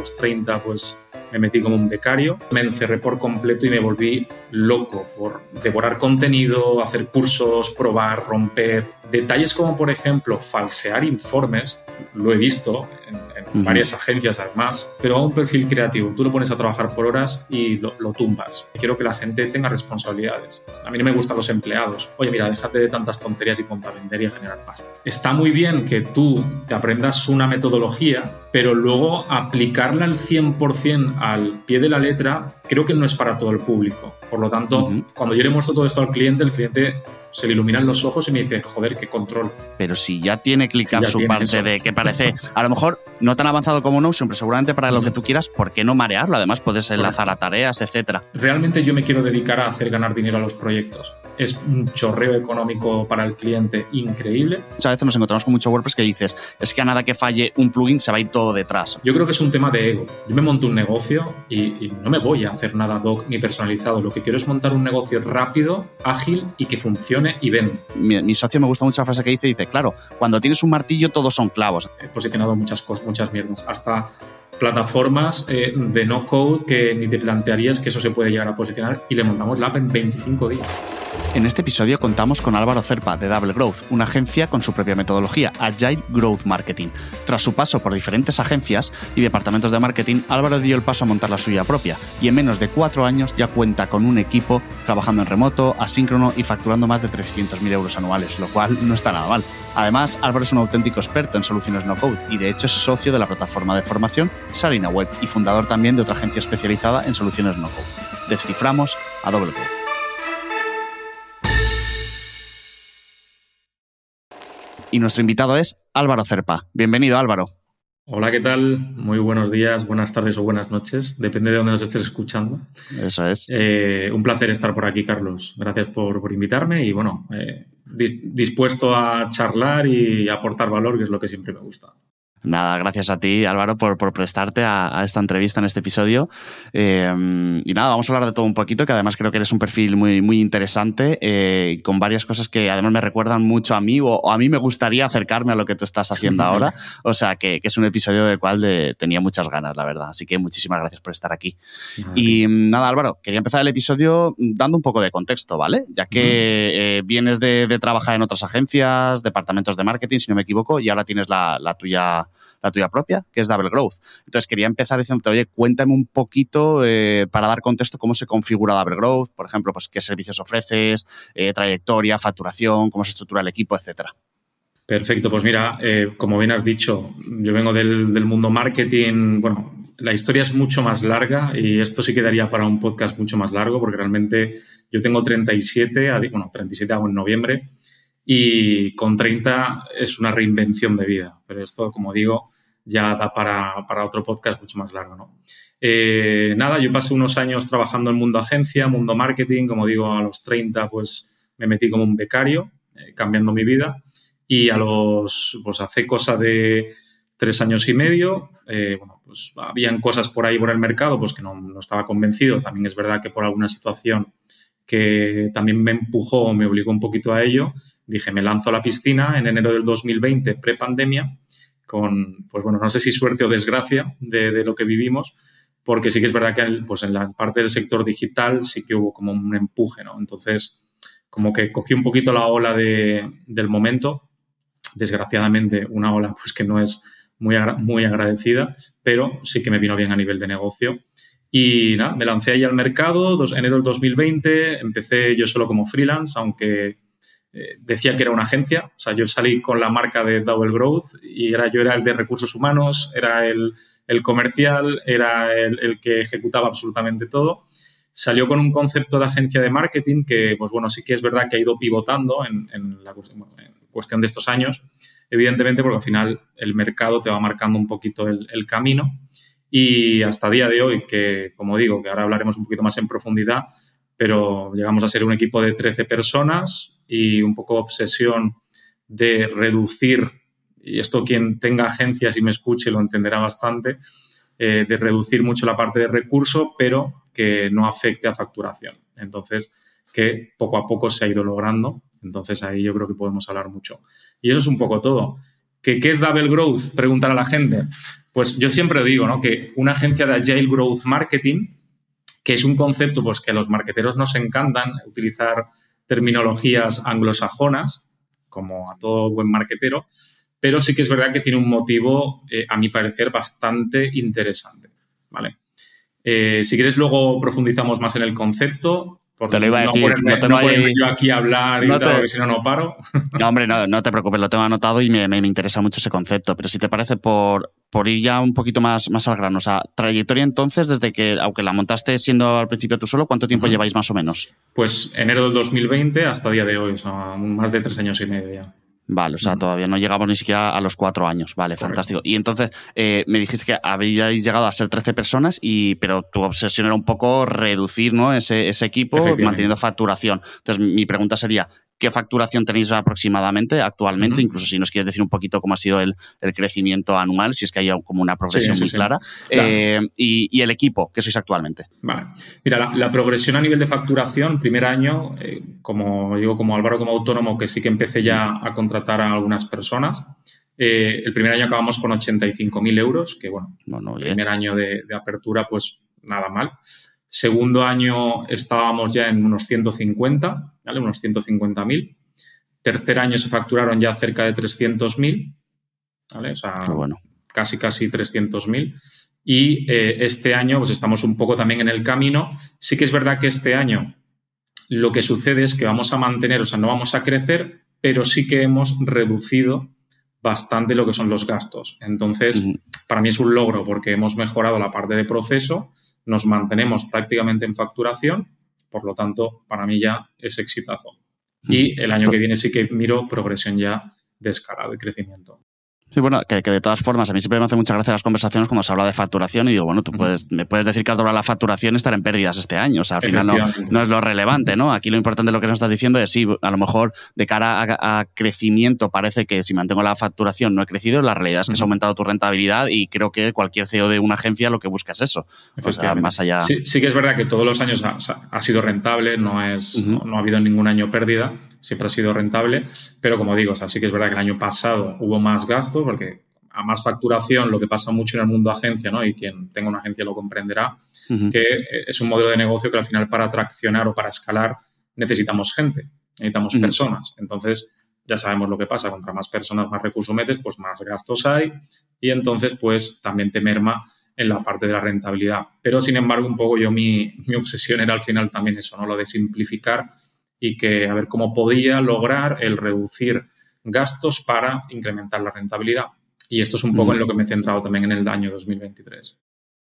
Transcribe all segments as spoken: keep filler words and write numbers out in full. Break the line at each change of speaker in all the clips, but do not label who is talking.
los treinta pues me metí como un becario, me encerré por completo y me volví loco por devorar contenido, hacer cursos, probar, romper. Detalles como, por ejemplo, falsear informes, lo he visto en, en uh-huh. varias agencias además, pero a un perfil creativo tú lo pones a trabajar por horas y lo, lo tumbas. Quiero que la gente tenga responsabilidades. A mí no me gustan los empleados. Oye, mira, déjate de tantas tonterías y ponte a vender y a generar pasta. Está muy bien que tú te aprendas una metodología, pero luego aplicarla al cien por ciento al pie de la letra creo que no es para todo el público. Por lo tanto, uh-huh. cuando yo le muestro todo esto al cliente, el cliente se le iluminan los ojos y me dice, joder, qué control.
Pero si ya tiene ClickUp si su parte eso. De que parece, a lo mejor no tan avanzado como Notion, pero seguramente para lo uh-huh. que tú quieras, ¿por qué no marearlo? Además, puedes enlazar a tareas, etcétera.
Realmente yo me quiero dedicar a hacer ganar dinero a los proyectos. Es un chorreo económico para el cliente increíble.
Muchas veces nos encontramos con mucho WordPress que dices, es que a nada que falle un plugin se va a ir todo detrás.
Yo creo que es un tema de ego. Yo me monto un negocio y, y no me voy a hacer nada doc ni personalizado. Lo que quiero es montar un negocio rápido, ágil y que funcione y venda.
Mi, mi socio me gusta mucho la frase que dice, dice, claro, cuando tienes un martillo todos son clavos.
He posicionado muchas cosas, muchas mierdas, hasta plataformas eh, de no code que ni te plantearías que eso se puede llegar a posicionar y le montamos la app en veinticinco días.
En este episodio contamos con Álvaro Zerpa de Double Growth, una agencia con su propia metodología, Agile Growth Marketing. Tras su paso por diferentes agencias y departamentos de marketing, Álvaro dio el paso a montar la suya propia y en menos de cuatro años ya cuenta con un equipo trabajando en remoto, asíncrono y facturando más de trescientos mil euros anuales, lo cual no está nada mal. Además, Álvaro es un auténtico experto en soluciones no-code y de hecho es socio de la plataforma de formación Sarina Web y fundador también de otra agencia especializada en soluciones no-code. Desciframos a Double Growth. Y nuestro invitado es Álvaro Zerpa. Bienvenido, Álvaro.
Hola, ¿qué tal? Muy buenos días, buenas tardes o buenas noches. Depende de dónde nos estés escuchando.
Eso es.
Eh, un placer estar por aquí, Carlos. Gracias por, por invitarme y, bueno, eh, di- dispuesto a charlar y aportar valor, que es lo que siempre me gusta.
Nada, gracias a ti, Álvaro, por, por prestarte a, a esta entrevista en este episodio. Eh, y nada, vamos a hablar de todo un poquito, que además creo que eres un perfil muy, muy interesante, eh, con varias cosas que además me recuerdan mucho a mí, o, o a mí me gustaría acercarme a lo que tú estás haciendo ahora. O sea, que, que es un episodio del cual de, tenía muchas ganas, la verdad. Así que muchísimas gracias por estar aquí. Okay. Y nada, Álvaro, quería empezar el episodio dando un poco de contexto, ¿vale? Ya que uh-huh. eh, vienes de, de trabajar en otras agencias, departamentos de marketing, si no me equivoco, y ahora tienes la, la tuya... la tuya propia, que es Double Growth. Entonces, quería empezar diciendo, oye, cuéntame un poquito, eh, para dar contexto, cómo se configura Double Growth, por ejemplo, pues qué servicios ofreces, eh, trayectoria, facturación, cómo se estructura el equipo, etcétera.
Perfecto, pues mira, eh, como bien has dicho, yo vengo del, del mundo marketing. Bueno, la historia es mucho más larga y esto sí quedaría para un podcast mucho más largo, porque realmente yo tengo treinta y siete, bueno, treinta y siete hago en noviembre, y con treinta es una reinvención de vida. Pero esto, como digo, ya da para, para otro podcast mucho más largo, ¿no? Eh, nada, yo pasé unos años trabajando en mundo agencia, mundo marketing. Como digo, a los treinta pues me metí como un becario, eh, cambiando mi vida. Y a los, pues hace cosa de tres años y medio, eh, bueno, pues habían cosas por ahí por el mercado pues que no, no estaba convencido. También es verdad que por alguna situación que también me empujó, me obligó un poquito a ello, dije, me lanzo a la piscina en enero del dos mil veinte, prepandemia, con, pues bueno, no sé si suerte o desgracia de, de lo que vivimos, porque sí que es verdad que pues en la parte del sector digital sí que hubo como un empuje, ¿no? Entonces, como que cogí un poquito la ola de, del momento, desgraciadamente una ola pues que no es muy, agra- muy agradecida, pero sí que me vino bien a nivel de negocio. Y nada, me lancé ahí al mercado, dos, enero del dos mil veinte, empecé yo solo como freelance, aunque eh, decía que era una agencia. O sea, yo salí con la marca de Double Growth y era, yo era el de recursos humanos, era el, el comercial, era el, el que ejecutaba absolutamente todo. Salió con un concepto de agencia de marketing que, pues bueno, sí que es verdad que ha ido pivotando en, en la bueno, en cuestión de estos años, evidentemente, porque al final el mercado te va marcando un poquito el, el camino. Y hasta día de hoy, que como digo, que ahora hablaremos un poquito más en profundidad, pero llegamos a ser un equipo de trece personas y un poco obsesión de reducir, y esto quien tenga agencias y me escuche lo entenderá bastante, eh, de reducir mucho la parte de recurso, pero que no afecte a facturación. Entonces, que poco a poco se ha ido logrando. Entonces, ahí yo creo que podemos hablar mucho. Y eso es un poco todo. ¿Qué, ¿Qué es Double Growth? Preguntar a la gente. Pues yo siempre digo, ¿no?, que una agencia de Agile Growth Marketing, que es un concepto pues, que a los marketeros nos encantan utilizar terminologías anglosajonas, como a todo buen marketero, pero sí que es verdad que tiene un motivo, eh, a mi parecer, bastante interesante, ¿vale? Eh, si quieres, luego profundizamos más en el concepto. Por
te lo iba a
no
decir.
Ponerme,
no te
no
hay...
ponerme yo aquí a hablar y
no
tal,
te...
porque si no, no paro.
No, hombre, no, no te preocupes, lo tengo anotado y me, me, me interesa mucho ese concepto. Pero si te parece, por, por ir ya un poquito más, más al grano, o sea, trayectoria entonces, desde que, aunque la montaste siendo al principio tú solo, ¿cuánto tiempo uh-huh. lleváis más o menos?
Pues enero del dos mil veinte hasta día de hoy, o sea, más de tres años y medio ya.
Vale, o sea, todavía no llegamos ni siquiera a los cuatro años. Vale, correcto. Fantástico. Y entonces, eh, me dijiste que habíais llegado a ser trece personas, y, pero tu obsesión era un poco reducir, ¿no?, ese, ese equipo manteniendo facturación. Entonces, mi pregunta sería, ¿qué facturación tenéis aproximadamente actualmente? Uh-huh. Incluso si nos quieres decir un poquito cómo ha sido el, el crecimiento anual, si es que hay como una progresión sí, muy sí, clara. Sí. Claro. Eh, y, y el equipo que sois actualmente.
Vale. Mira, la, la progresión a nivel de facturación, primer año, eh, como digo, como Álvaro, como autónomo, que sí que empecé ya a contratar a algunas personas. Eh, el primer año acabamos con ochenta y cinco mil euros, que bueno, bueno el primer año de, de apertura, pues nada mal. Segundo año estábamos ya en unos ciento cincuenta, ¿vale? Unos ciento cincuenta mil. Tercer año se facturaron ya cerca de trescientos mil, ¿vale? O sea,
bueno.
casi, casi trescientos mil. Y eh, este año pues estamos un poco también en el camino. Sí que es verdad que este año lo que sucede es que vamos a mantener, o sea, no vamos a crecer, pero sí que hemos reducido bastante lo que son los gastos. Entonces, uh-huh. para mí es un logro porque hemos mejorado la parte de proceso, nos mantenemos prácticamente en facturación, por lo tanto, para mí ya es exitazo. Uh-huh. Y el año que viene sí que miro progresión ya de escala, de crecimiento.
Sí, bueno, que, que de todas formas, a mí siempre me hace mucha gracia las conversaciones cuando se habla de facturación y digo, bueno, tú puedes, me puedes decir que has doblado la facturación y estar en pérdidas este año. O sea, al final no, no es lo relevante, ¿no? Aquí lo importante de lo que nos estás diciendo es, sí, a lo mejor de cara a, a crecimiento parece que si mantengo la facturación no he crecido, la realidad es que uh-huh. has aumentado tu rentabilidad y creo que cualquier C E O de una agencia lo que busca es eso. O sea, más allá...
Sí, sí que es verdad que todos los años ha, ha sido rentable, no, es, uh-huh. no, no ha habido ningún año pérdida. Siempre ha sido rentable, pero como digo, o sea, sí que es verdad que el año pasado hubo más gastos porque a más facturación, lo que pasa mucho en el mundo agencia, ¿no? Y quien tenga una agencia lo comprenderá, uh-huh. que es un modelo de negocio que al final para traccionar o para escalar necesitamos gente, necesitamos uh-huh. personas. Entonces, ya sabemos lo que pasa, contra más personas, más recursos metes, pues más gastos hay y entonces pues también te merma en la parte de la rentabilidad. Pero, sin embargo, un poco yo mi, mi obsesión era al final también eso, ¿no? Lo de simplificar y que a ver cómo podía lograr el reducir gastos para incrementar la rentabilidad. Y esto es un poco mm. en lo que me he centrado también en el año dos mil veintitrés.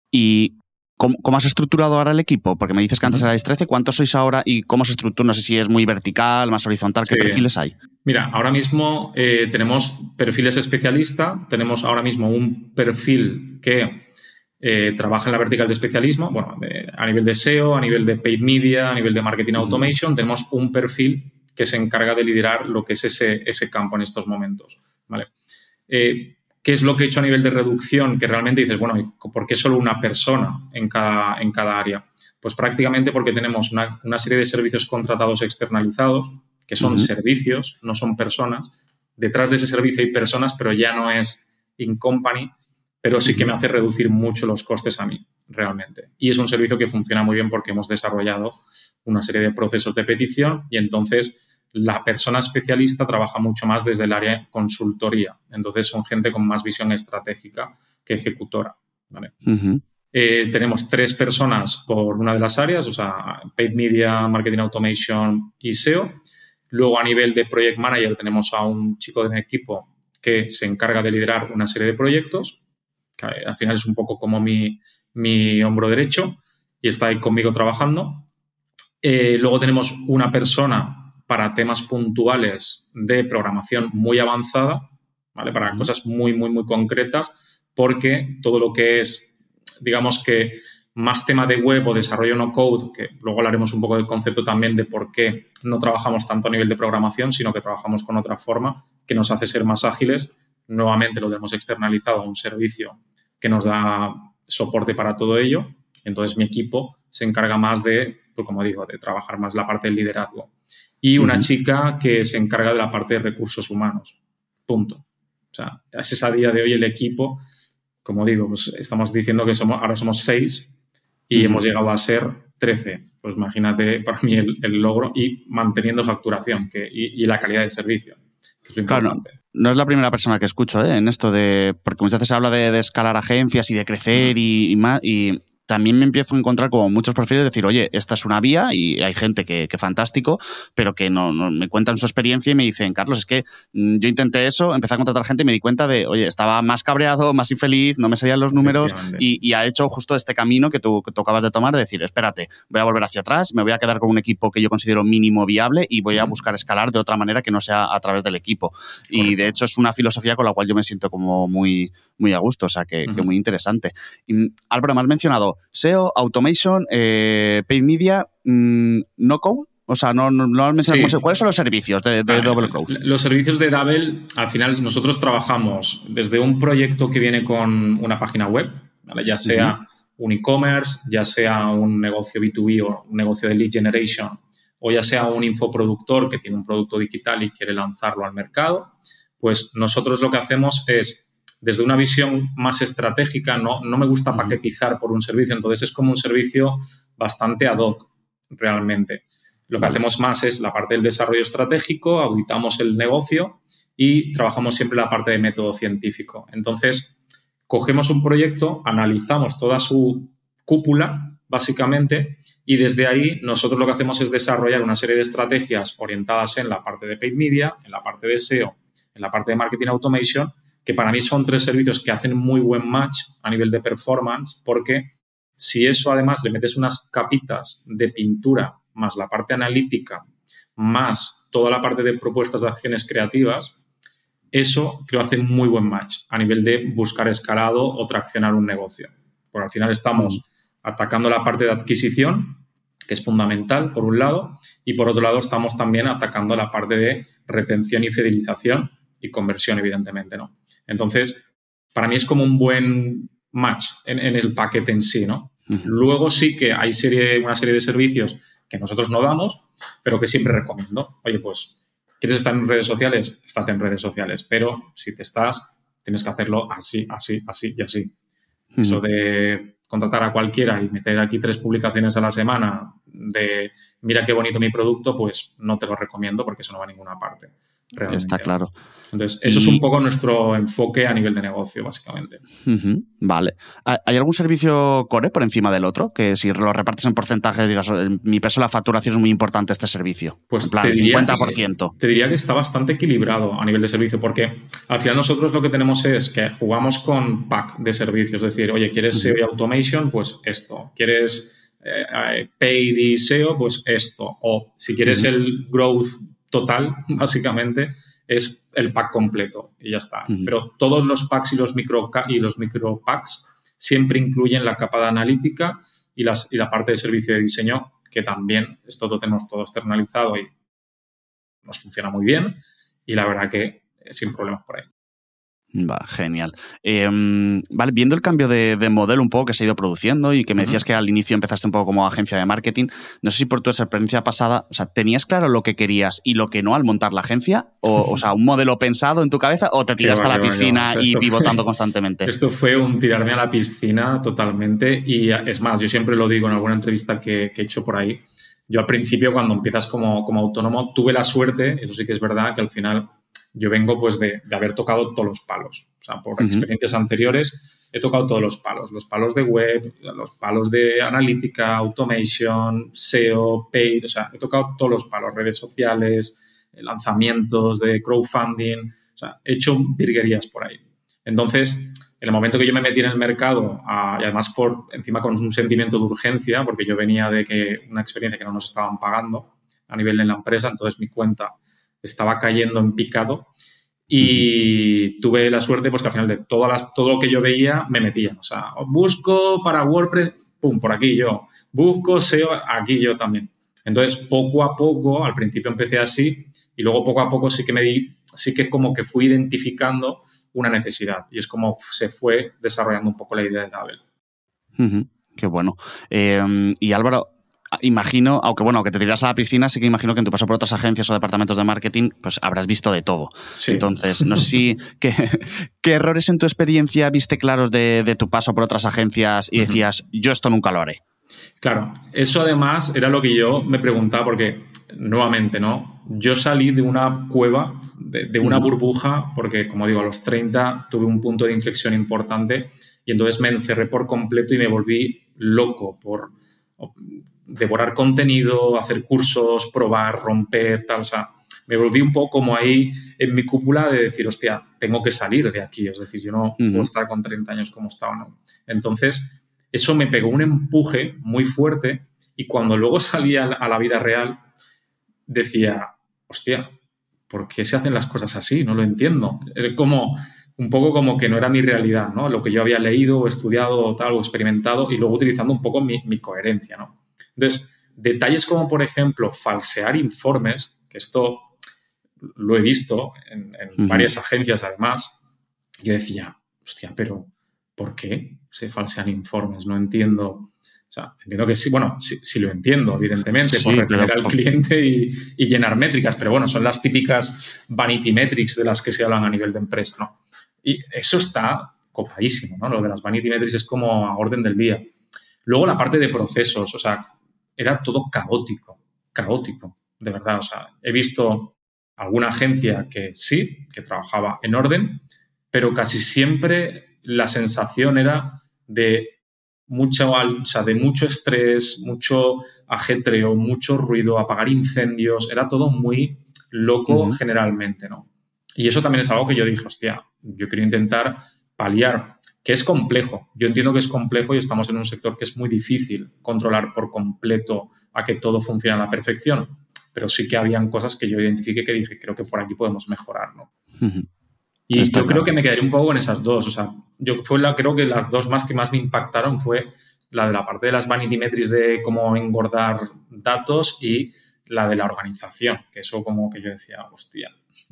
¿Y cómo, cómo has estructurado ahora el equipo? Porque me dices que antes uh-huh. erais trece. ¿Cuántos sois ahora y cómo se estructura? No sé si es muy vertical, más horizontal. ¿Qué sí. perfiles hay?
Mira, ahora mismo eh, tenemos perfiles especialista. Tenemos ahora mismo un perfil que eh, trabaja en la vertical de especialismo. Bueno, de, a nivel de S E O, a nivel de paid media, a nivel de marketing uh-huh. automation. Tenemos un perfil que se encarga de liderar lo que es ese, ese campo en estos momentos, ¿vale? Eh, ¿Qué es lo que he hecho a nivel de reducción? Que realmente dices, bueno, ¿por qué solo una persona en cada, en cada área? Pues prácticamente porque tenemos una, una serie de servicios contratados externalizados, que son uh-huh. servicios, no son personas. Detrás de ese servicio hay personas, pero ya no es in company, pero sí uh-huh. que me hace reducir mucho los costes a mí, realmente. Y es un servicio que funciona muy bien porque hemos desarrollado una serie de procesos de petición y entonces la persona especialista trabaja mucho más desde el área de consultoría. Entonces, son gente con más visión estratégica que ejecutora, ¿vale? Uh-huh. Eh, tenemos tres personas por una de las áreas, o sea, Paid Media, Marketing Automation y S E O. Luego, a nivel de Project Manager, tenemos a un chico del equipo que se encarga de liderar una serie de proyectos, que al final es un poco como mi, mi hombro derecho y está ahí conmigo trabajando. Eh, luego tenemos una persona para temas puntuales de programación muy avanzada, ¿vale? Para uh-huh. cosas muy, muy, muy concretas, porque todo lo que es, digamos que más tema de web o desarrollo no code, que luego hablaremos un poco del concepto también de por qué no trabajamos tanto a nivel de programación, sino que trabajamos con otra forma que nos hace ser más ágiles. Nuevamente lo hemos externalizado a un servicio que nos da soporte para todo ello. Entonces, mi equipo se encarga más de, pues como digo, de trabajar más la parte del liderazgo. Y una uh-huh. chica que se encarga de la parte de recursos humanos. Punto. O sea, ese es a día de hoy el equipo. Como digo, pues estamos diciendo que somos, ahora somos seis y uh-huh. hemos llegado a ser trece. Pues imagínate para mí el, el logro y manteniendo facturación que, y, y la calidad del servicio, que es lo importante.
Claro, no, no es la primera persona que escucho ¿eh? en esto de... Porque muchas veces se habla de, de escalar agencias y de crecer uh-huh. y, y más... Y también me empiezo a encontrar como muchos perfiles de decir, oye, esta es una vía y hay gente que, que fantástico, pero que no, no me cuentan su experiencia y me dicen, Carlos, es que mmm, yo intenté eso, empecé a contratar gente y me di cuenta de, oye, estaba más cabreado, más infeliz, no me salían los números y, y ha hecho justo este camino que tú, que tú acabas de tomar de decir, espérate, voy a volver hacia atrás, me voy a quedar con un equipo que yo considero mínimo viable y voy a buscar escalar de otra manera que no sea a través del equipo. Correcto. Y de hecho es una filosofía con la cual yo me siento como muy, muy a gusto, o sea, que, uh-huh. que muy interesante. Y, Álvaro, me has mencionado S E O, Automation, eh, Paid Media, mmm, no code, o sea, no, no, no has mencionado sí. ¿Cuáles son los servicios de, de vale. Double Growth?
Los servicios de Double, al final nosotros trabajamos desde un proyecto que viene con una página web, ¿vale? Ya sea uh-huh. un e-commerce, ya sea un negocio B dos B o un negocio de lead generation, o ya sea un infoproductor que tiene un producto digital y quiere lanzarlo al mercado, pues nosotros lo que hacemos es desde una visión más estratégica, no, no me gusta paquetizar por un servicio, entonces es como un servicio bastante ad hoc realmente. Lo que vale. hacemos más es la parte del desarrollo estratégico, auditamos el negocio y trabajamos siempre la parte de método científico. Entonces, cogemos un proyecto, analizamos toda su cúpula, básicamente, y desde ahí nosotros lo que hacemos es desarrollar una serie de estrategias orientadas en la parte de paid media, en la parte de S E O, en la parte de marketing automation, que para mí son tres servicios que hacen muy buen match a nivel de performance, porque si eso además le metes unas capitas de pintura, más la parte analítica, más toda la parte de propuestas de acciones creativas, eso creo hace muy buen match a nivel de buscar escalado o traccionar un negocio. Porque al final estamos atacando la parte de adquisición, que es fundamental, por un lado, y por otro lado estamos también atacando la parte de retención y fidelización y conversión, evidentemente, ¿no? Entonces, para mí es como un buen match en, en el paquete en sí, ¿no? Uh-huh. Luego sí que hay serie, una serie de servicios que nosotros no damos, pero que siempre recomiendo. Oye, pues, ¿quieres estar en redes sociales? Estate en redes sociales, pero si te estás, tienes que hacerlo así, así, así y así. Uh-huh. Eso de contratar a cualquiera y meter aquí tres publicaciones a la semana de mira qué bonito mi producto, pues no te lo recomiendo porque eso no va a ninguna parte. Realmente.
Está claro.
Entonces, eso y... es un poco nuestro enfoque a nivel de negocio, básicamente.
Uh-huh. Vale. ¿Hay algún servicio core por encima del otro? Que si lo repartes en porcentajes, digas, mi peso de la facturación es muy importante este servicio.
Pues
en plan,
te diría
cincuenta por ciento.
Que, te diría que está bastante equilibrado a nivel de servicio, porque al final nosotros lo que tenemos es que jugamos con pack de servicios. Es decir, oye, ¿quieres uh-huh. S E O y Automation? Pues esto. ¿Quieres eh, Paid y S E O? Pues esto. O si quieres uh-huh. el Growth total, básicamente, es el pack completo y ya está. Uh-huh. Pero todos los packs y los micro y los micro packs siempre incluyen la capa de analítica y, las, y la parte de servicio de diseño, que también esto lo tenemos todo externalizado y nos funciona muy bien y la verdad que sin problemas por ahí.
Va, genial. Eh, vale, viendo el cambio de, de modelo un poco que se ha ido produciendo y que me decías uh-huh. que al inicio empezaste un poco como agencia de marketing, no sé si por tu experiencia pasada, o sea, ¿tenías claro lo que querías y lo que no al montar la agencia? O, o sea, ¿un modelo pensado en tu cabeza o te tiraste va, a la piscina va, o sea, y pivotando fue, constantemente?
Esto fue un tirarme a la piscina totalmente y es más, yo siempre lo digo en alguna entrevista que, que he hecho por ahí, yo al principio cuando empiezas como, como autónomo tuve la suerte, eso sí que es verdad, que al final yo vengo pues de, de haber tocado todos los palos. O sea, por uh-huh. experiencias anteriores he tocado todos los palos. Los palos de web, los palos de analítica, automation, S E O, paid. O sea, he tocado todos los palos. Redes sociales, lanzamientos de crowdfunding. O sea, he hecho virguerías por ahí. Entonces, en el momento que yo me metí en el mercado, a, y además por encima con un sentimiento de urgencia, porque yo venía de que una experiencia que no nos estaban pagando a nivel de la empresa, entonces mi cuenta estaba cayendo en picado y tuve la suerte pues que al final de todas las, todo lo que yo veía me metía. O sea, busco para WordPress, pum, por aquí yo. Busco S E O, aquí yo también. Entonces, poco a poco, al principio empecé así y luego poco a poco sí que me di, sí que como que fui identificando una necesidad y es como se fue desarrollando un poco la idea de Double.
Uh-huh. Qué bueno. Eh, y Álvaro, imagino, aunque bueno, que te tiras a la piscina, sí que imagino que en tu paso por otras agencias o departamentos de marketing, pues habrás visto de todo.
Sí.
Entonces, no sé si ¿qué, qué errores en tu experiencia viste claros de, de tu paso por otras agencias y decías, uh-huh. yo esto nunca lo haré?
Claro, eso además era lo que yo me preguntaba, porque nuevamente, ¿no? Yo salí de una cueva, de, de una uh-huh. burbuja, porque como digo, a los treinta tuve un punto de inflexión importante y entonces me encerré por completo y me volví loco por devorar contenido, hacer cursos, probar, romper, tal, o sea, me volví un poco como ahí en mi cúpula de decir, hostia, tengo que salir de aquí, es decir, yo no uh-huh. puedo estar con treinta años como estaba, ¿no? Entonces, eso me pegó un empuje muy fuerte y cuando luego salí a la, a la vida real, decía, hostia, ¿por qué se hacen las cosas así? No lo entiendo. Es como un poco como que no era mi realidad, ¿no? Lo que yo había leído o estudiado o tal o experimentado y luego utilizando un poco mi, mi coherencia, ¿no? Entonces, detalles como, por ejemplo, falsear informes, que esto lo he visto en, en uh-huh. varias agencias además, yo decía, hostia, pero ¿por qué se falsean informes? No entiendo. O sea, entiendo que sí, bueno, sí, sí lo entiendo, evidentemente, sí, por retener pero... al cliente y, y llenar métricas, pero bueno, son las típicas vanity metrics de las que se hablan a nivel de empresa, ¿no? Y eso está copadísimo, ¿no? Lo de las vanity metrics es como a orden del día. Luego la parte de procesos, o sea, era todo caótico, caótico, de verdad. O sea, he visto alguna agencia que sí, que trabajaba en orden, pero casi siempre la sensación era de mucho, o sea, de mucho estrés, mucho ajetreo, mucho ruido, apagar incendios, era todo muy loco uh-huh. generalmente, ¿no? Y eso también es algo que yo dije, hostia, yo quiero intentar paliar, que es complejo. Yo entiendo que es complejo y estamos en un sector que es muy difícil controlar por completo a que todo funcione a la perfección, pero sí que habían cosas que yo identifiqué que dije, creo que por aquí podemos mejorar, ¿no? Uh-huh. Y Está yo claro. creo que me quedaría un poco en esas dos. O sea, yo fue la, creo que las dos más que más me impactaron fue la de la parte de las vanity metrics de cómo engordar datos y la de la organización, que eso como que yo decía, hostia.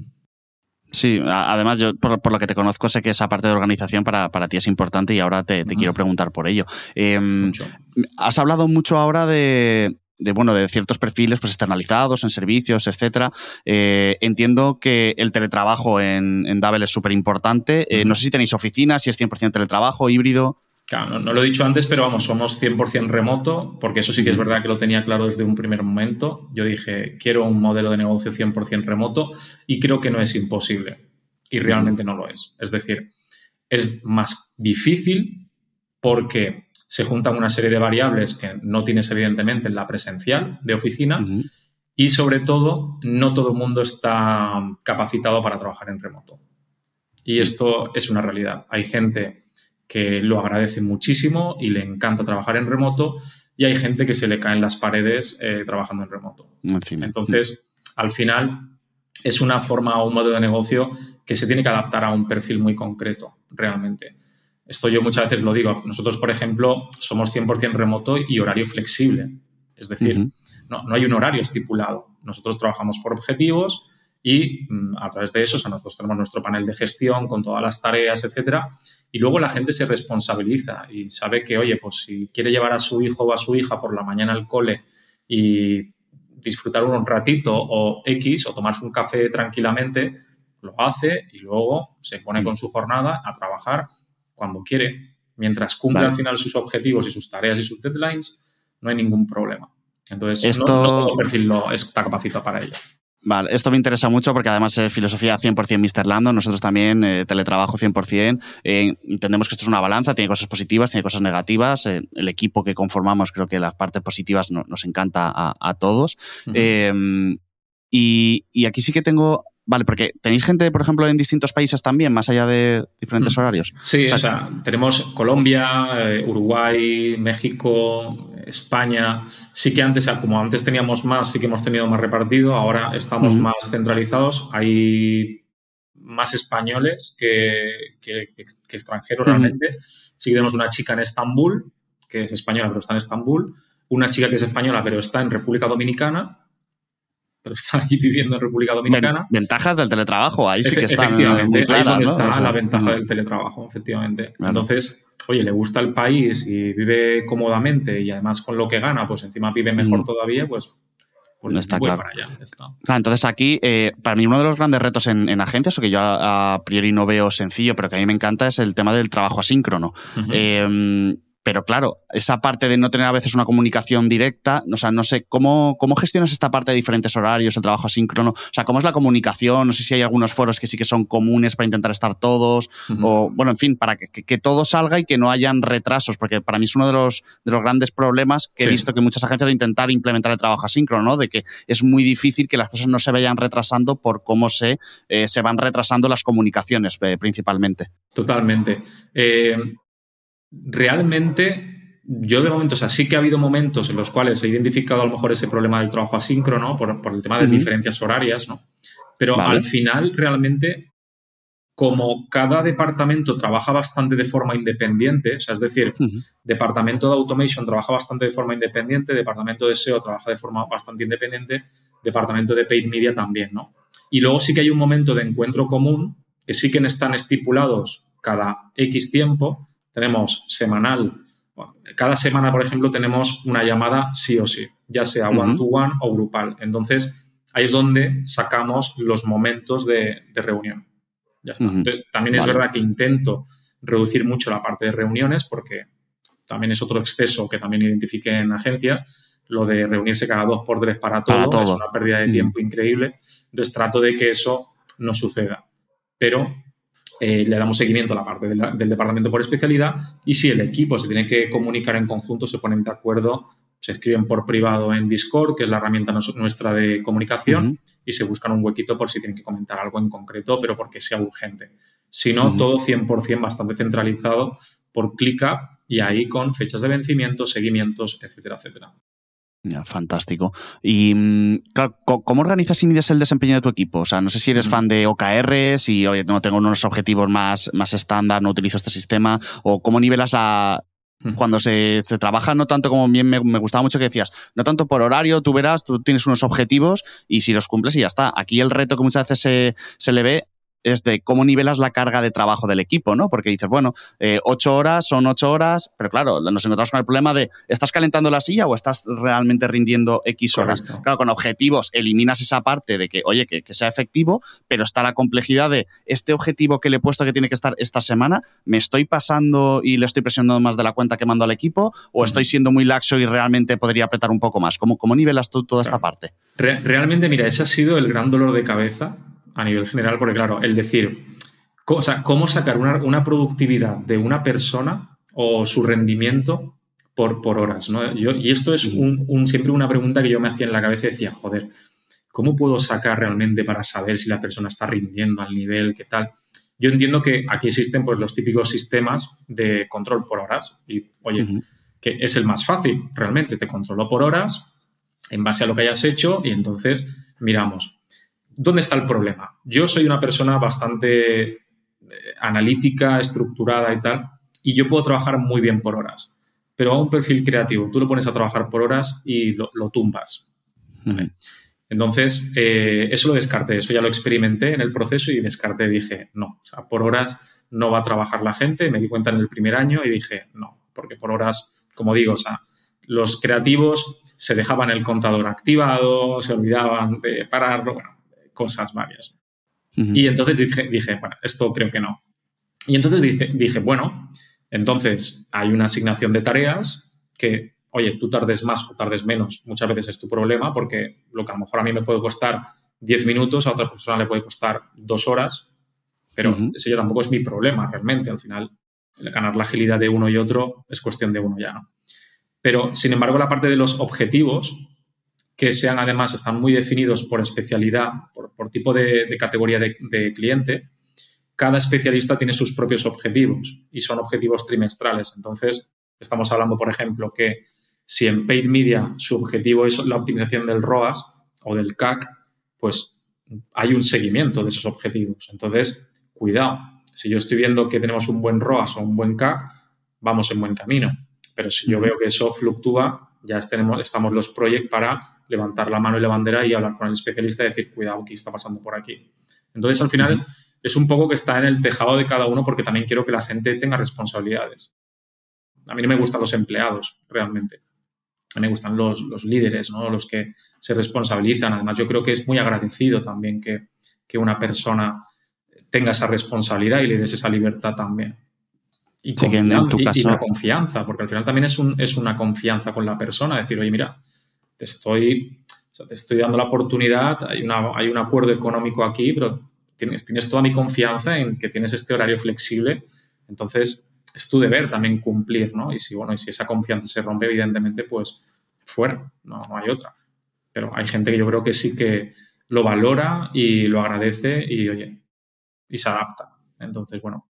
Sí, además yo por, por lo que te conozco sé que esa parte de organización para, para ti es importante y ahora te, te uh-huh. quiero preguntar por ello. Eh, has hablado mucho ahora de... de, bueno, de ciertos perfiles pues, externalizados en servicios, etcétera. Eh, entiendo que el teletrabajo en, en Dabble es súper importante. Eh, uh-huh. No sé si tenéis oficinas, si es cien por ciento teletrabajo, híbrido.
Claro, no, no lo he dicho antes, pero vamos, somos cien por ciento remoto, porque eso sí que es verdad que lo tenía claro desde un primer momento. Yo dije, quiero un modelo de negocio cien por ciento remoto y creo que no es imposible. Y realmente no lo es. Es decir, es más difícil porque se juntan una serie de variables que no tienes evidentemente en la presencial de oficina uh-huh. y sobre todo no todo el mundo está capacitado para trabajar en remoto. Y esto es una realidad. Hay gente que lo agradece muchísimo y le encanta trabajar en remoto y hay gente que se le caen las paredes eh, trabajando en remoto.
En fin.
Entonces, al final es una forma o un modelo de negocio que se tiene que adaptar a un perfil muy concreto, realmente. Esto yo muchas veces lo digo. Nosotros, por ejemplo, somos cien por ciento remoto y horario flexible. Es decir, uh-huh. no, no hay un horario estipulado. Nosotros trabajamos por objetivos y mm, a través de eso, o sea, nosotros tenemos nuestro panel de gestión con todas las tareas, etcétera. Y luego la gente se responsabiliza y sabe que, oye, pues si quiere llevar a su hijo o a su hija por la mañana al cole y disfrutar un ratito o X o tomarse un café tranquilamente, lo hace y luego se pone uh-huh. con su jornada a trabajar cuando quiere, mientras cumple vale. al final sus objetivos y sus tareas y sus deadlines, no hay ningún problema. Entonces,
Esto...
no, no todo el perfil lo está capacitado para ello.
Vale, esto me interesa mucho porque además es filosofía cien por ciento míster Landon, nosotros también eh, teletrabajo cien por ciento, eh, entendemos que esto es una balanza, tiene cosas positivas, tiene cosas negativas, eh, el equipo que conformamos creo que las partes positivas no, nos encanta a, a todos. Uh-huh. eh, y, y aquí sí que tengo... Vale, porque tenéis gente, por ejemplo, en distintos países también, más allá de diferentes horarios.
Sí, o sea, o sea tenemos Colombia, eh, Uruguay, México, España. Sí que antes, como antes teníamos más, sí que hemos tenido más repartido. Ahora estamos uh-huh. más centralizados. Hay más españoles que, que, que, que extranjeros uh-huh. realmente. Sí que tenemos una chica en Estambul, que es española, pero está en Estambul. Una chica que es española, pero está en República Dominicana. pero están allí viviendo en República Dominicana.
Ventajas del teletrabajo, ahí sí que están
efectivamente,
muy claras,
ahí es donde
¿no?
está
o sea,
la ventaja
uh-huh.
del teletrabajo, efectivamente.
Claro.
Entonces, oye, le gusta el país y vive cómodamente y además con lo que gana, pues encima vive mejor mm. todavía, pues, pues
no está
voy
claro.
para allá. Está.
Ah, entonces aquí, eh, para mí uno de los grandes retos en, en agencias, o que yo a, a priori no veo sencillo, pero que a mí me encanta, es el tema del trabajo asíncrono. Uh-huh. Eh, Pero claro, esa parte de no tener a veces una comunicación directa, o sea, no sé, ¿cómo, cómo gestionas esta parte de diferentes horarios, el trabajo asíncrono? O sea, ¿cómo es la comunicación? No sé si hay algunos foros que sí que son comunes para intentar estar todos, uh-huh. o bueno, en fin, para que, que, que todo salga y que no hayan retrasos, porque para mí es uno de los, de los grandes problemas que sí. he visto que muchas agencias de intentar implementar el trabajo asíncrono, ¿no? De que es muy difícil que las cosas no se vayan retrasando por cómo se, eh, se van retrasando las comunicaciones eh, principalmente.
Totalmente. Eh... Realmente, yo de momento, o sea, sí que ha habido momentos en los cuales he identificado a lo mejor ese problema del trabajo asíncrono por, por el tema de uh-huh. diferencias horarias, ¿no? Pero vale. al final, realmente, como cada departamento trabaja bastante de forma independiente, o sea, es decir, uh-huh. departamento de automation trabaja bastante de forma independiente, departamento de S E O trabaja de forma bastante independiente, departamento de paid media también, ¿no? Y luego sí que hay un momento de encuentro común que sí que están estipulados cada X tiempo. Tenemos semanal, bueno, cada semana, por ejemplo, tenemos una llamada sí o sí, ya sea uh-huh. one-to-one o grupal. Entonces, ahí es donde sacamos los momentos de, de reunión. Ya está. Uh-huh. Entonces, también vale. es verdad que intento reducir mucho la parte de reuniones porque también es otro exceso que también identifiqué en agencias. Lo de reunirse cada dos por tres para todo, para todo. es una pérdida de uh-huh. tiempo increíble. Entonces, trato de que eso no suceda. Pero... Eh, le damos seguimiento a la parte de la, del departamento por especialidad y si el equipo se tiene que comunicar en conjunto, se ponen de acuerdo, se escriben por privado en Discord, que es la herramienta nos, nuestra de comunicación, uh-huh. y se buscan un huequito por si tienen que comentar algo en concreto, pero porque sea urgente. Si no, uh-huh. todo cien por ciento bastante centralizado por ClickUp y ahí con fechas de vencimiento, seguimientos, etcétera, etcétera.
Ya, fantástico. Y, claro, ¿cómo organizas y mides el desempeño de tu equipo? O sea, no sé si eres uh-huh. fan de O K Rs y, oye, no tengo unos objetivos más, más estándar, no utilizo este sistema, o cómo nivelas la... Uh-huh. Cuando se, se trabaja, no tanto como bien me, me gustaba mucho que decías, no tanto por horario, tú verás, tú tienes unos objetivos y si los cumples y ya está. Aquí el reto que muchas veces se, se le ve es de cómo nivelas la carga de trabajo del equipo, ¿no? Porque dices, bueno, eh, ocho horas son ocho horas, pero claro, nos encontramos con el problema de, ¿estás calentando la silla o estás realmente rindiendo X horas? Correcto. Claro, con objetivos eliminas esa parte de que, oye, que, que sea efectivo, pero está la complejidad de, este objetivo que le he puesto que tiene que estar esta semana, ¿me estoy pasando y le estoy presionando más de la cuenta que mando al equipo? ¿O uh-huh. estoy siendo muy laxo y realmente podría apretar un poco más? ¿Cómo, cómo nivelas tú toda claro. esta parte?
Re- realmente, mira, ese ha sido el gran dolor de cabeza a nivel general, porque claro, el decir, o sea, cómo sacar una, una productividad de una persona o su rendimiento por, por horas, ¿no? Yo, y esto es un, un, siempre una pregunta que yo me hacía en la cabeza y decía, joder, ¿cómo puedo sacar realmente para saber si la persona está rindiendo al nivel, qué tal? Yo entiendo que aquí existen pues, los típicos sistemas de control por horas y, oye, uh-huh. que es el más fácil, realmente, te controlo por horas en base a lo que hayas hecho y entonces miramos. ¿Dónde está el problema? Yo soy una persona bastante eh, analítica, estructurada y tal, y yo puedo trabajar muy bien por horas. Pero a un perfil creativo, tú lo pones a trabajar por horas y lo, lo tumbas. ¿Vale? Entonces, eh, eso lo descarté, eso ya lo experimenté en el proceso y descarté, dije, no, o sea, por horas no va a trabajar la gente. Me di cuenta en el primer año y dije, no, porque por horas, como digo, o sea, los creativos se dejaban el contador activado, se olvidaban de pararlo, bueno, cosas varias. Uh-huh. Y entonces dije, dije, bueno, esto creo que no. Y entonces dije, dije, bueno, entonces hay una asignación de tareas que, oye, tú tardes más o tardes menos, muchas veces es tu problema, porque lo que a lo mejor a mí me puede costar diez minutos, a otra persona le puede costar dos horas, pero uh-huh. ese ya tampoco es mi problema realmente. Al final, ganar la agilidad de uno y otro es cuestión de uno ya, ¿no? Pero, sin embargo, la parte de los objetivos, que sean además, están muy definidos por especialidad, por, por tipo de, de categoría de, de cliente, cada especialista tiene sus propios objetivos y son objetivos trimestrales. Entonces, estamos hablando, por ejemplo, que si en Paid Media su objetivo es la optimización del R O A S o del C A C, pues hay un seguimiento de esos objetivos. Entonces, cuidado. Si yo estoy viendo que tenemos un buen R O A S o un buen C A C, vamos en buen camino. Pero si yo veo que eso fluctúa, ya tenemos, estamos los projects para levantar la mano y la bandera y hablar con el especialista y decir, cuidado, ¿qué está pasando por aquí? Entonces, al final, uh-huh. es un poco que está en el tejado de cada uno porque también quiero que la gente tenga responsabilidades. A mí no me gustan los empleados, realmente. A mí me gustan los, los líderes, ¿no? Los que se responsabilizan. Además, yo creo que es muy agradecido también que, que una persona tenga esa responsabilidad y le des esa libertad también. Y,
sí, que en, en tu
y,
caso...
y la confianza, porque al final también es, un, es una confianza con la persona. Decir, oye, mira, te estoy, o sea, te estoy dando la oportunidad, hay, una, hay un acuerdo económico aquí, pero tienes, tienes toda mi confianza en que tienes este horario flexible. Entonces, es tu deber también cumplir, ¿no? Y si, bueno, y si esa confianza se rompe, evidentemente, pues fuera, no, no hay otra. Pero hay gente que yo creo que sí que lo valora y lo agradece y, oye, y se adapta. Entonces, bueno,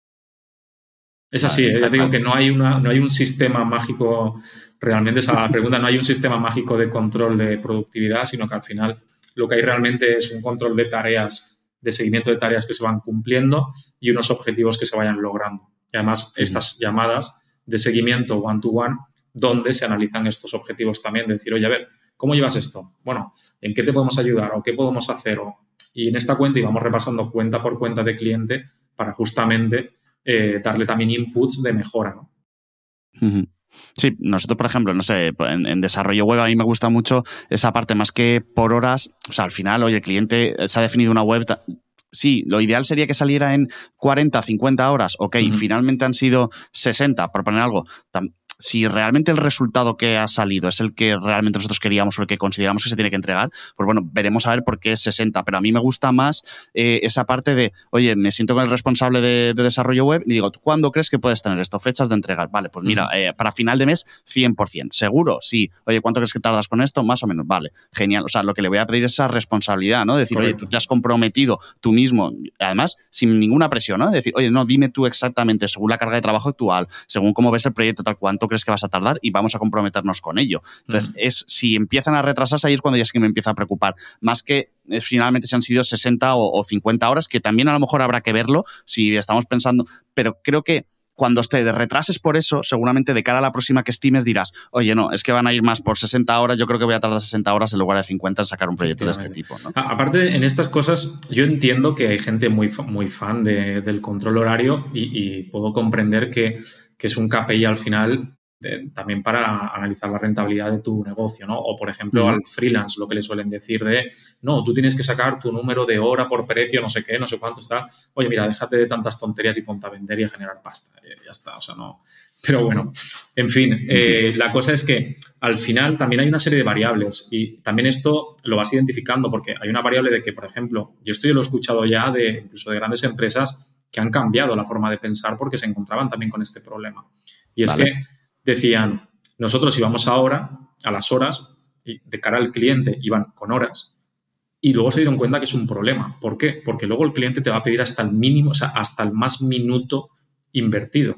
es así, ¿eh? Ya te digo que no hay, una, no hay un sistema mágico, realmente esa la pregunta, no hay un sistema mágico de control de productividad, sino que al final lo que hay realmente es un control de tareas, de seguimiento de tareas que se van cumpliendo y unos objetivos que se vayan logrando. Y además, sí. Estas llamadas de seguimiento one-to-one, donde se analizan estos objetivos también, de decir, oye, a ver, ¿cómo llevas esto? Bueno, ¿en qué te podemos ayudar? ¿O qué podemos hacer? O, y en esta cuenta íbamos repasando cuenta por cuenta de cliente para justamente eh, darle también inputs de mejora, ¿no?
Uh-huh. Sí, nosotros, por ejemplo, no sé, en, en desarrollo web a mí me gusta mucho esa parte más que por horas. O sea, al final, oye, el cliente se ha definido una web... Sí, lo ideal sería que saliera en cuarenta, cincuenta horas. Ok, uh-huh. Finalmente han sido sesenta, por poner algo. Si realmente el resultado que ha salido es el que realmente nosotros queríamos o el que consideramos que se tiene que entregar, pues bueno, veremos a ver por qué es sesenta. Pero a mí me gusta más eh, esa parte de, oye, me siento con el responsable de, de desarrollo web y digo, ¿cuándo crees que puedes tener esto? Fechas de entregar. Vale, pues mira, uh-huh. eh, para final de mes, cien por ciento. ¿Seguro? Sí. Oye, ¿cuánto crees que tardas con esto? Más o menos. Vale, genial. O sea, lo que le voy a pedir es esa responsabilidad, ¿no? Decir, correcto. Oye, tú te has comprometido tú mismo, además, sin ninguna presión, ¿no? Decir, oye, no, dime tú exactamente, según la carga de trabajo actual, según cómo ves el proyecto, tal, cuánto crees que vas a tardar y vamos a comprometernos con ello. Entonces, mm. es si empiezan a retrasarse, ahí es cuando ya sí que me empieza a preocupar. Más que eh, finalmente si han sido sesenta o, o cincuenta horas, que también a lo mejor habrá que verlo si estamos pensando, pero creo que cuando te retrases por eso, seguramente de cara a la próxima que estimes dirás, oye, no, es que van a ir más por sesenta horas, yo creo que voy a tardar sesenta horas en lugar de cincuenta en sacar un proyecto de este tipo, ¿no?
Aparte, en estas cosas, yo entiendo que hay gente muy, muy fan de, del control horario y, y puedo comprender que, que es un K P I al final de, también para analizar la rentabilidad de tu negocio, ¿no? O, por ejemplo, uh-huh. al freelance, lo que le suelen decir de, no, tú tienes que sacar tu número de hora por precio, no sé qué, no sé cuánto está. Oye, mira, déjate de tantas tonterías y ponte a vender y a generar pasta. Ya, ya está, o sea, no... Pero bueno, en fin, eh, la cosa es que al final también hay una serie de variables y también esto lo vas identificando porque hay una variable de que, por ejemplo, yo esto yo lo he escuchado ya de incluso de grandes empresas que han cambiado la forma de pensar porque se encontraban también con este problema. Y es vale. que decían, nosotros íbamos ahora a las horas y de cara al cliente iban con horas y luego se dieron cuenta que es un problema. ¿Por qué? Porque luego el cliente te va a pedir hasta el mínimo, o sea, hasta el más minuto invertido.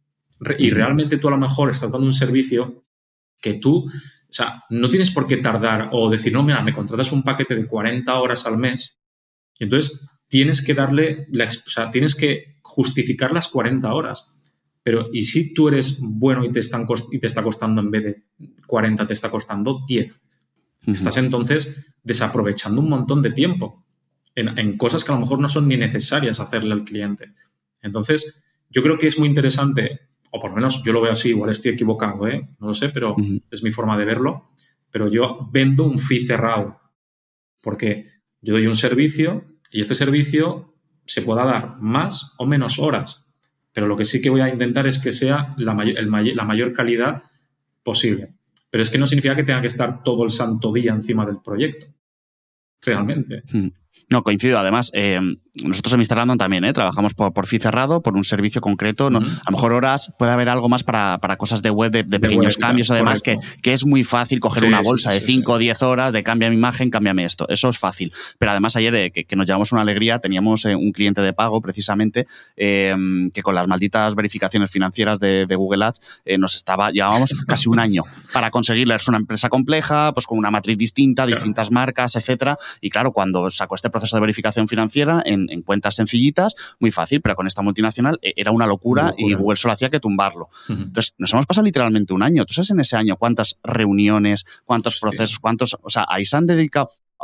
Y realmente tú a lo mejor estás dando un servicio que tú, o sea, no tienes por qué tardar o decir, no, mira, me contratas un paquete de cuarenta horas al mes y entonces tienes que darle, la, o sea, tienes que justificar las cuarenta horas. Pero, ¿y si tú eres bueno y te, están cost- y te está costando en vez de cuarenta, te está costando diez? Uh-huh. Estás entonces desaprovechando un montón de tiempo en, en cosas que a lo mejor no son ni necesarias hacerle al cliente. Entonces, yo creo que es muy interesante, o por lo menos yo lo veo así, igual estoy equivocado, ¿eh? No lo sé, pero uh-huh. es mi forma de verlo. Pero yo vendo un fee cerrado porque yo doy un servicio y este servicio se pueda dar más o menos horas. Pero lo que sí que voy a intentar es que sea la, may- el may- la mayor calidad posible. Pero es que no significa que tenga que estar todo el santo día encima del proyecto. Realmente.
Hmm. No, coincido. Además, eh, nosotros en Mister Random también, ¿eh? Trabajamos por, por fee cerrado, por un servicio concreto. ¿No? Uh-huh. A lo mejor horas puede haber algo más para, para cosas de web, de, de, de pequeños web, cambios, claro, además, que, que es muy fácil coger sí, una bolsa sí, sí, de cinco o diez horas, de cambia mi imagen, cámbiame esto. Eso es fácil. Pero además ayer, eh, que, que nos llevamos una alegría, teníamos eh, un cliente de pago, precisamente, eh, que con las malditas verificaciones financieras de, de Google Ads eh, nos estaba, llevábamos casi un año para conseguirle. Es una empresa compleja, pues con una matriz distinta, claro. distintas marcas, etcétera. Y claro, cuando sacó este proceso de verificación financiera en, en cuentas sencillitas, muy fácil, pero con esta multinacional eh, era una locura, una locura y Google solo hacía que tumbarlo. Uh-huh. Entonces, nos hemos pasado literalmente un año. ¿Tú sabes en ese año cuántas reuniones, cuántos Hostia. procesos, cuántos... O sea, ahí se han dedicado...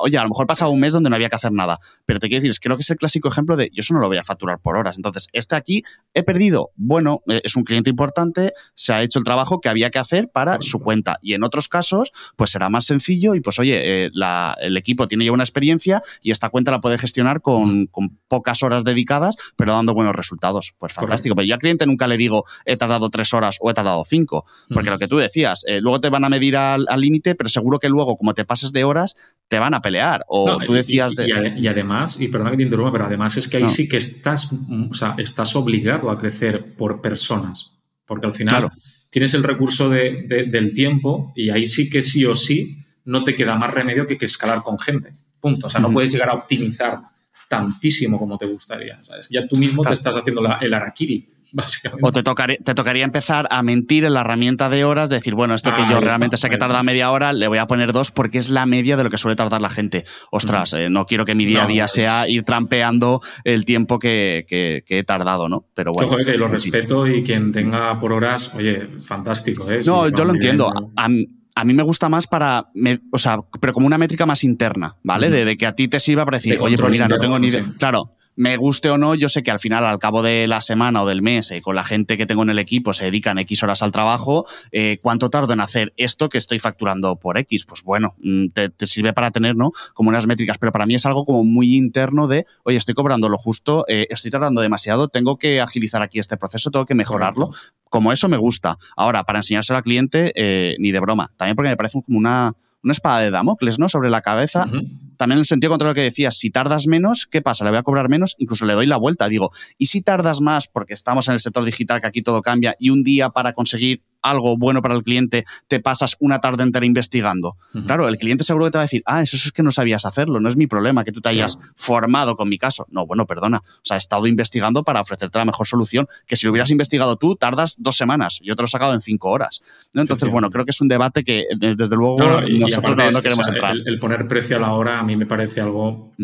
oye, a lo mejor pasaba un mes donde no había que hacer nada, pero te quiero decir, es que creo que es el clásico ejemplo de yo eso no lo voy a facturar por horas. Entonces, este aquí he perdido. Bueno, es un cliente importante, se ha hecho el trabajo que había que hacer para su cuenta. Y en otros casos, pues será más sencillo y pues, oye, eh, la, el equipo tiene ya una experiencia y esta cuenta la puede gestionar con, con pocas horas dedicadas, pero dando buenos resultados. Pues fantástico. Correcto. Pero yo al cliente nunca le digo he tardado tres horas o he tardado cinco, porque mm. lo que tú decías, eh, luego te van a medir al límite, pero seguro que luego, como te pases de horas, te van a pelear. O no, tú decías...
Y,
de...
y, ad- y además, y perdona que te interrumpa, pero además es que ahí no. sí que estás, o sea, estás obligado a crecer por personas, porque al final claro. tienes el recurso de, de, del tiempo y ahí sí que sí o sí no te queda más remedio que, que escalar con gente. Punto. O sea, no uh-huh. puedes llegar a optimizar tantísimo como te gustaría. ¿Sabes? Ya tú mismo claro. te estás haciendo la, el harakiri, básicamente.
O te tocaría, te tocaría empezar a mentir en la herramienta de horas, de decir, bueno, esto ah, que yo realmente está, sé que tarda está. media hora, le voy a poner dos porque es la media de lo que suele tardar la gente. Ostras, uh-huh. eh, no quiero que mi día a día no, sea es... ir trampeando el tiempo que, que, que he tardado, ¿no? Pero bueno.
Ojo, que lo respeto sí. y quien tenga por horas, oye, fantástico, ¿eh?
No,
si
yo lo entiendo. A, A mí me gusta más para, me, o sea, pero como una métrica más interna, ¿vale? Uh-huh. De, de que a ti te sirva para decir, de oye, pues mira, no tengo ni idea. Sí. Claro, me guste o no, yo sé que al final, al cabo de la semana o del mes, eh, con la gente que tengo en el equipo, se dedican X horas al trabajo, eh, ¿cuánto tardo en hacer esto que estoy facturando por X? Pues bueno, te, te sirve para tener, ¿no? Como unas métricas, pero para mí es algo como muy interno de, oye, estoy cobrando lo justo, eh, estoy tardando demasiado, tengo que agilizar aquí este proceso, tengo que mejorarlo. Correcto. Como eso me gusta. Ahora, para enseñárselo al cliente, eh, ni de broma. También porque me parece como una, una espada de Damocles, ¿no? Sobre la cabeza. Uh-huh. También en el sentido contrario lo que decías, si tardas menos, ¿qué pasa? Le voy a cobrar menos, incluso le doy la vuelta. Digo, ¿y si tardas más porque estamos en el sector digital, que aquí todo cambia, y un día para conseguir algo bueno para el cliente te pasas una tarde entera investigando? Uh-huh. Claro, el cliente seguro que te va a decir, ah, eso es que no sabías hacerlo, no es mi problema que tú te hayas claro. formado con mi caso. No, bueno, perdona. O sea, he estado investigando para ofrecerte la mejor solución, que si lo hubieras investigado tú, tardas dos semanas. Yo te lo he sacado en cinco horas. ¿No? Entonces, bueno, creo que es un debate que, desde luego,
no, no, y,
nosotros
y
no,
es,
no queremos
o sea,
entrar.
El, el poner precio a la hora a mí me parece algo... Mm.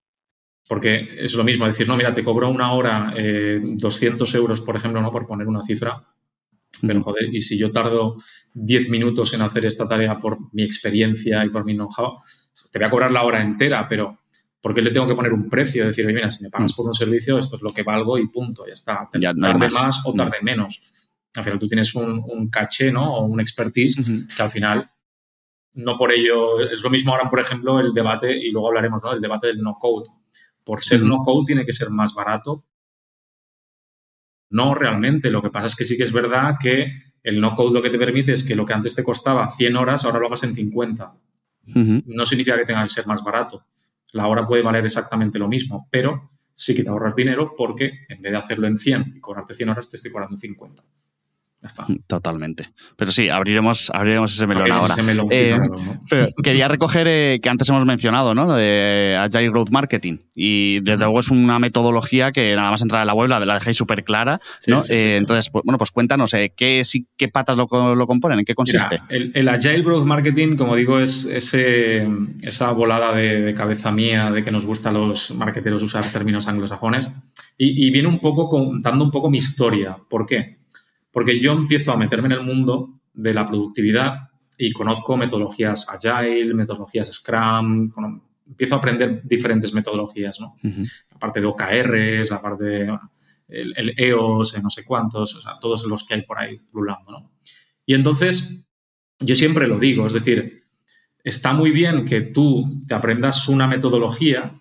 Porque es lo mismo, decir, no, mira, te cobro una hora eh, doscientos euros, por ejemplo, ¿no? Por poner una cifra. Pero, joder, y si yo tardo diez minutos en hacer esta tarea por mi experiencia y por mi know-how, te voy a cobrar la hora entera, pero ¿por qué le tengo que poner un precio? Decir, oye, mira, si me pagas por un servicio, esto es lo que valgo y punto, ya está. Ya no tarde más. más o tarde mm. menos. Al final tú tienes un, un caché, ¿no? O un expertise uh-huh. que al final, no por ello... Es lo mismo ahora, por ejemplo, el debate, y luego hablaremos, ¿no? El debate del no-code. Por ser uh-huh. no-code tiene que ser más barato. No realmente, lo que pasa es que sí que es verdad que el no-code lo que te permite es que lo que antes te costaba cien horas, ahora lo hagas en cincuenta. Uh-huh. No significa que tenga que ser más barato. La hora puede valer exactamente lo mismo, pero sí que te ahorras dinero porque en vez de hacerlo en cien y cobrarte cien horas, te estoy cobrando cincuenta. Ya está.
Totalmente. Pero sí, abriremos, abriremos ese melón
Abriremos
ahora.
Ese melón
eh,
claro, ¿no?
Pero quería recoger eh, que antes hemos mencionado, ¿no? Lo de Agile Growth Marketing. Y desde uh-huh. luego es una metodología que nada más entrar en la web la, la dejéis súper clara, ¿no? Sí, sí, sí, eh, sí. Entonces, pues, bueno, pues cuéntanos, eh, ¿qué, qué patas lo, lo componen? ¿En qué consiste?
Mira, el, el Agile Growth Marketing, como digo, es ese, esa volada de, de cabeza mía de que nos gusta a los marketeros usar términos anglosajones. Y, y viene un poco contando un poco mi historia. ¿Por qué? Porque yo empiezo a meterme en el mundo de la productividad y conozco metodologías Agile, metodologías Scrum, bueno, empiezo a aprender diferentes metodologías, ¿no? Uh-huh. La parte de O K Rs, la parte de bueno, el, el E O S, no sé cuántos, o sea, todos los que hay por ahí pululando, ¿no? Y entonces, yo siempre lo digo, es decir, está muy bien que tú te aprendas una metodología,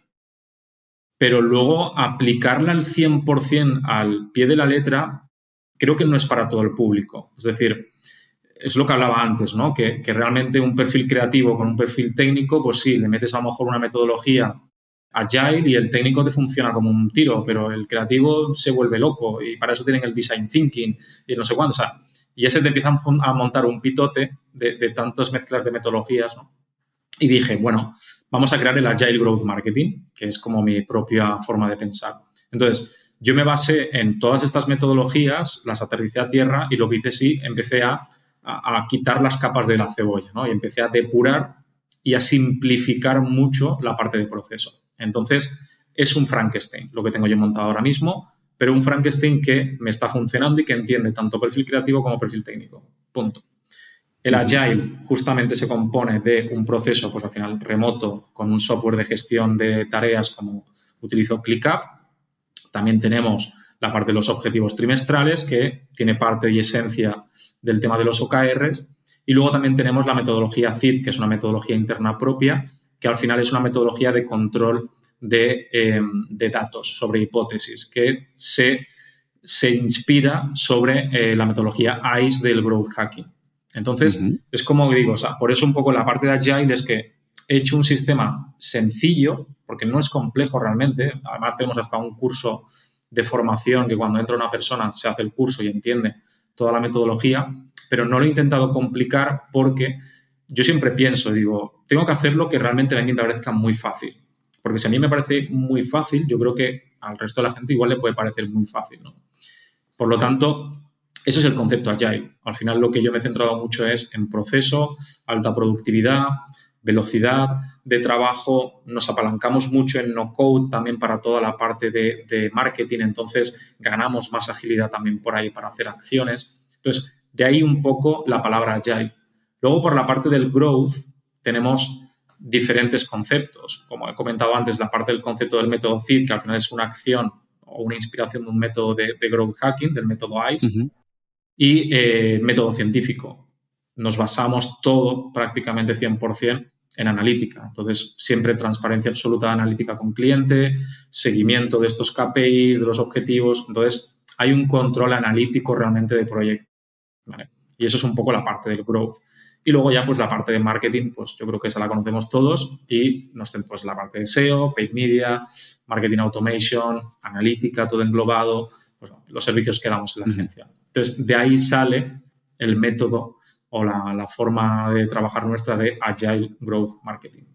pero luego aplicarla al cien por ciento al pie de la letra creo que no es para todo el público. Es decir, es lo que hablaba antes, ¿no? Que, que realmente un perfil creativo con un perfil técnico, pues sí, le metes a lo mejor una metodología Agile y el técnico te funciona como un tiro, pero el creativo se vuelve loco y para eso tienen el Design Thinking y no sé cuánto. O sea, y ese te empiezan a montar un pitote de, de tantas mezclas de metodologías, ¿no? Y dije, bueno, vamos a crear el Agile Growth Marketing, que es como mi propia forma de pensar. Entonces, yo me basé en todas estas metodologías, las aterricé a tierra y lo que hice sí, empecé a, a, a quitar las capas de la cebolla, ¿no? Y empecé a depurar y a simplificar mucho la parte de proceso. Entonces, es un Frankenstein lo que tengo yo montado ahora mismo, pero un Frankenstein que me está funcionando y que entiende tanto perfil creativo como perfil técnico. Punto. El Agile justamente se compone de un proceso, pues al final remoto, con un software de gestión de tareas como utilizo ClickUp. También tenemos la parte de los objetivos trimestrales, que tiene parte y esencia del tema de los O K Rs. Y luego también tenemos la metodología C I D, que es una metodología interna propia, que al final es una metodología de control de, eh, de datos sobre hipótesis, que se, se inspira sobre eh, la metodología I C E del growth hacking. Entonces, uh-huh. es como digo, o sea, por eso un poco la parte de Agile es que he hecho un sistema sencillo, porque no es complejo realmente. Además, tenemos hasta un curso de formación que cuando entra una persona se hace el curso y entiende toda la metodología, pero no lo he intentado complicar porque yo siempre pienso, digo, tengo que hacerlo que realmente a mí me parezca muy fácil. Porque si a mí me parece muy fácil, yo creo que al resto de la gente igual le puede parecer muy fácil, ¿no? Por lo tanto, eso es el concepto Agile. Al final lo que yo me he centrado mucho es en proceso, alta productividad, velocidad de trabajo. Nos apalancamos mucho en no-code también para toda la parte de, de marketing. Entonces, ganamos más agilidad también por ahí para hacer acciones. Entonces, de ahí un poco la palabra Agile. Luego, por la parte del growth, tenemos diferentes conceptos. Como he comentado antes, la parte del concepto del método C I D, que al final es una acción o una inspiración de un método de, de growth hacking, del método I C E. Uh-huh. Y eh, método científico. Nos basamos todo, prácticamente cien por ciento, en analítica. Entonces, siempre transparencia absoluta de analítica con cliente, seguimiento de estos K P Is, de los objetivos. Entonces, hay un control analítico realmente de proyecto, ¿vale? Y eso es un poco la parte del growth. Y luego ya, pues, la parte de marketing, pues, yo creo que esa la conocemos todos. Y nos tenemos pues, la parte de S E O, paid media, marketing automation, analítica, todo englobado, pues, los servicios que damos en la agencia. Entonces, de ahí sale el método o la, la forma de trabajar nuestra de Agile Growth Marketing.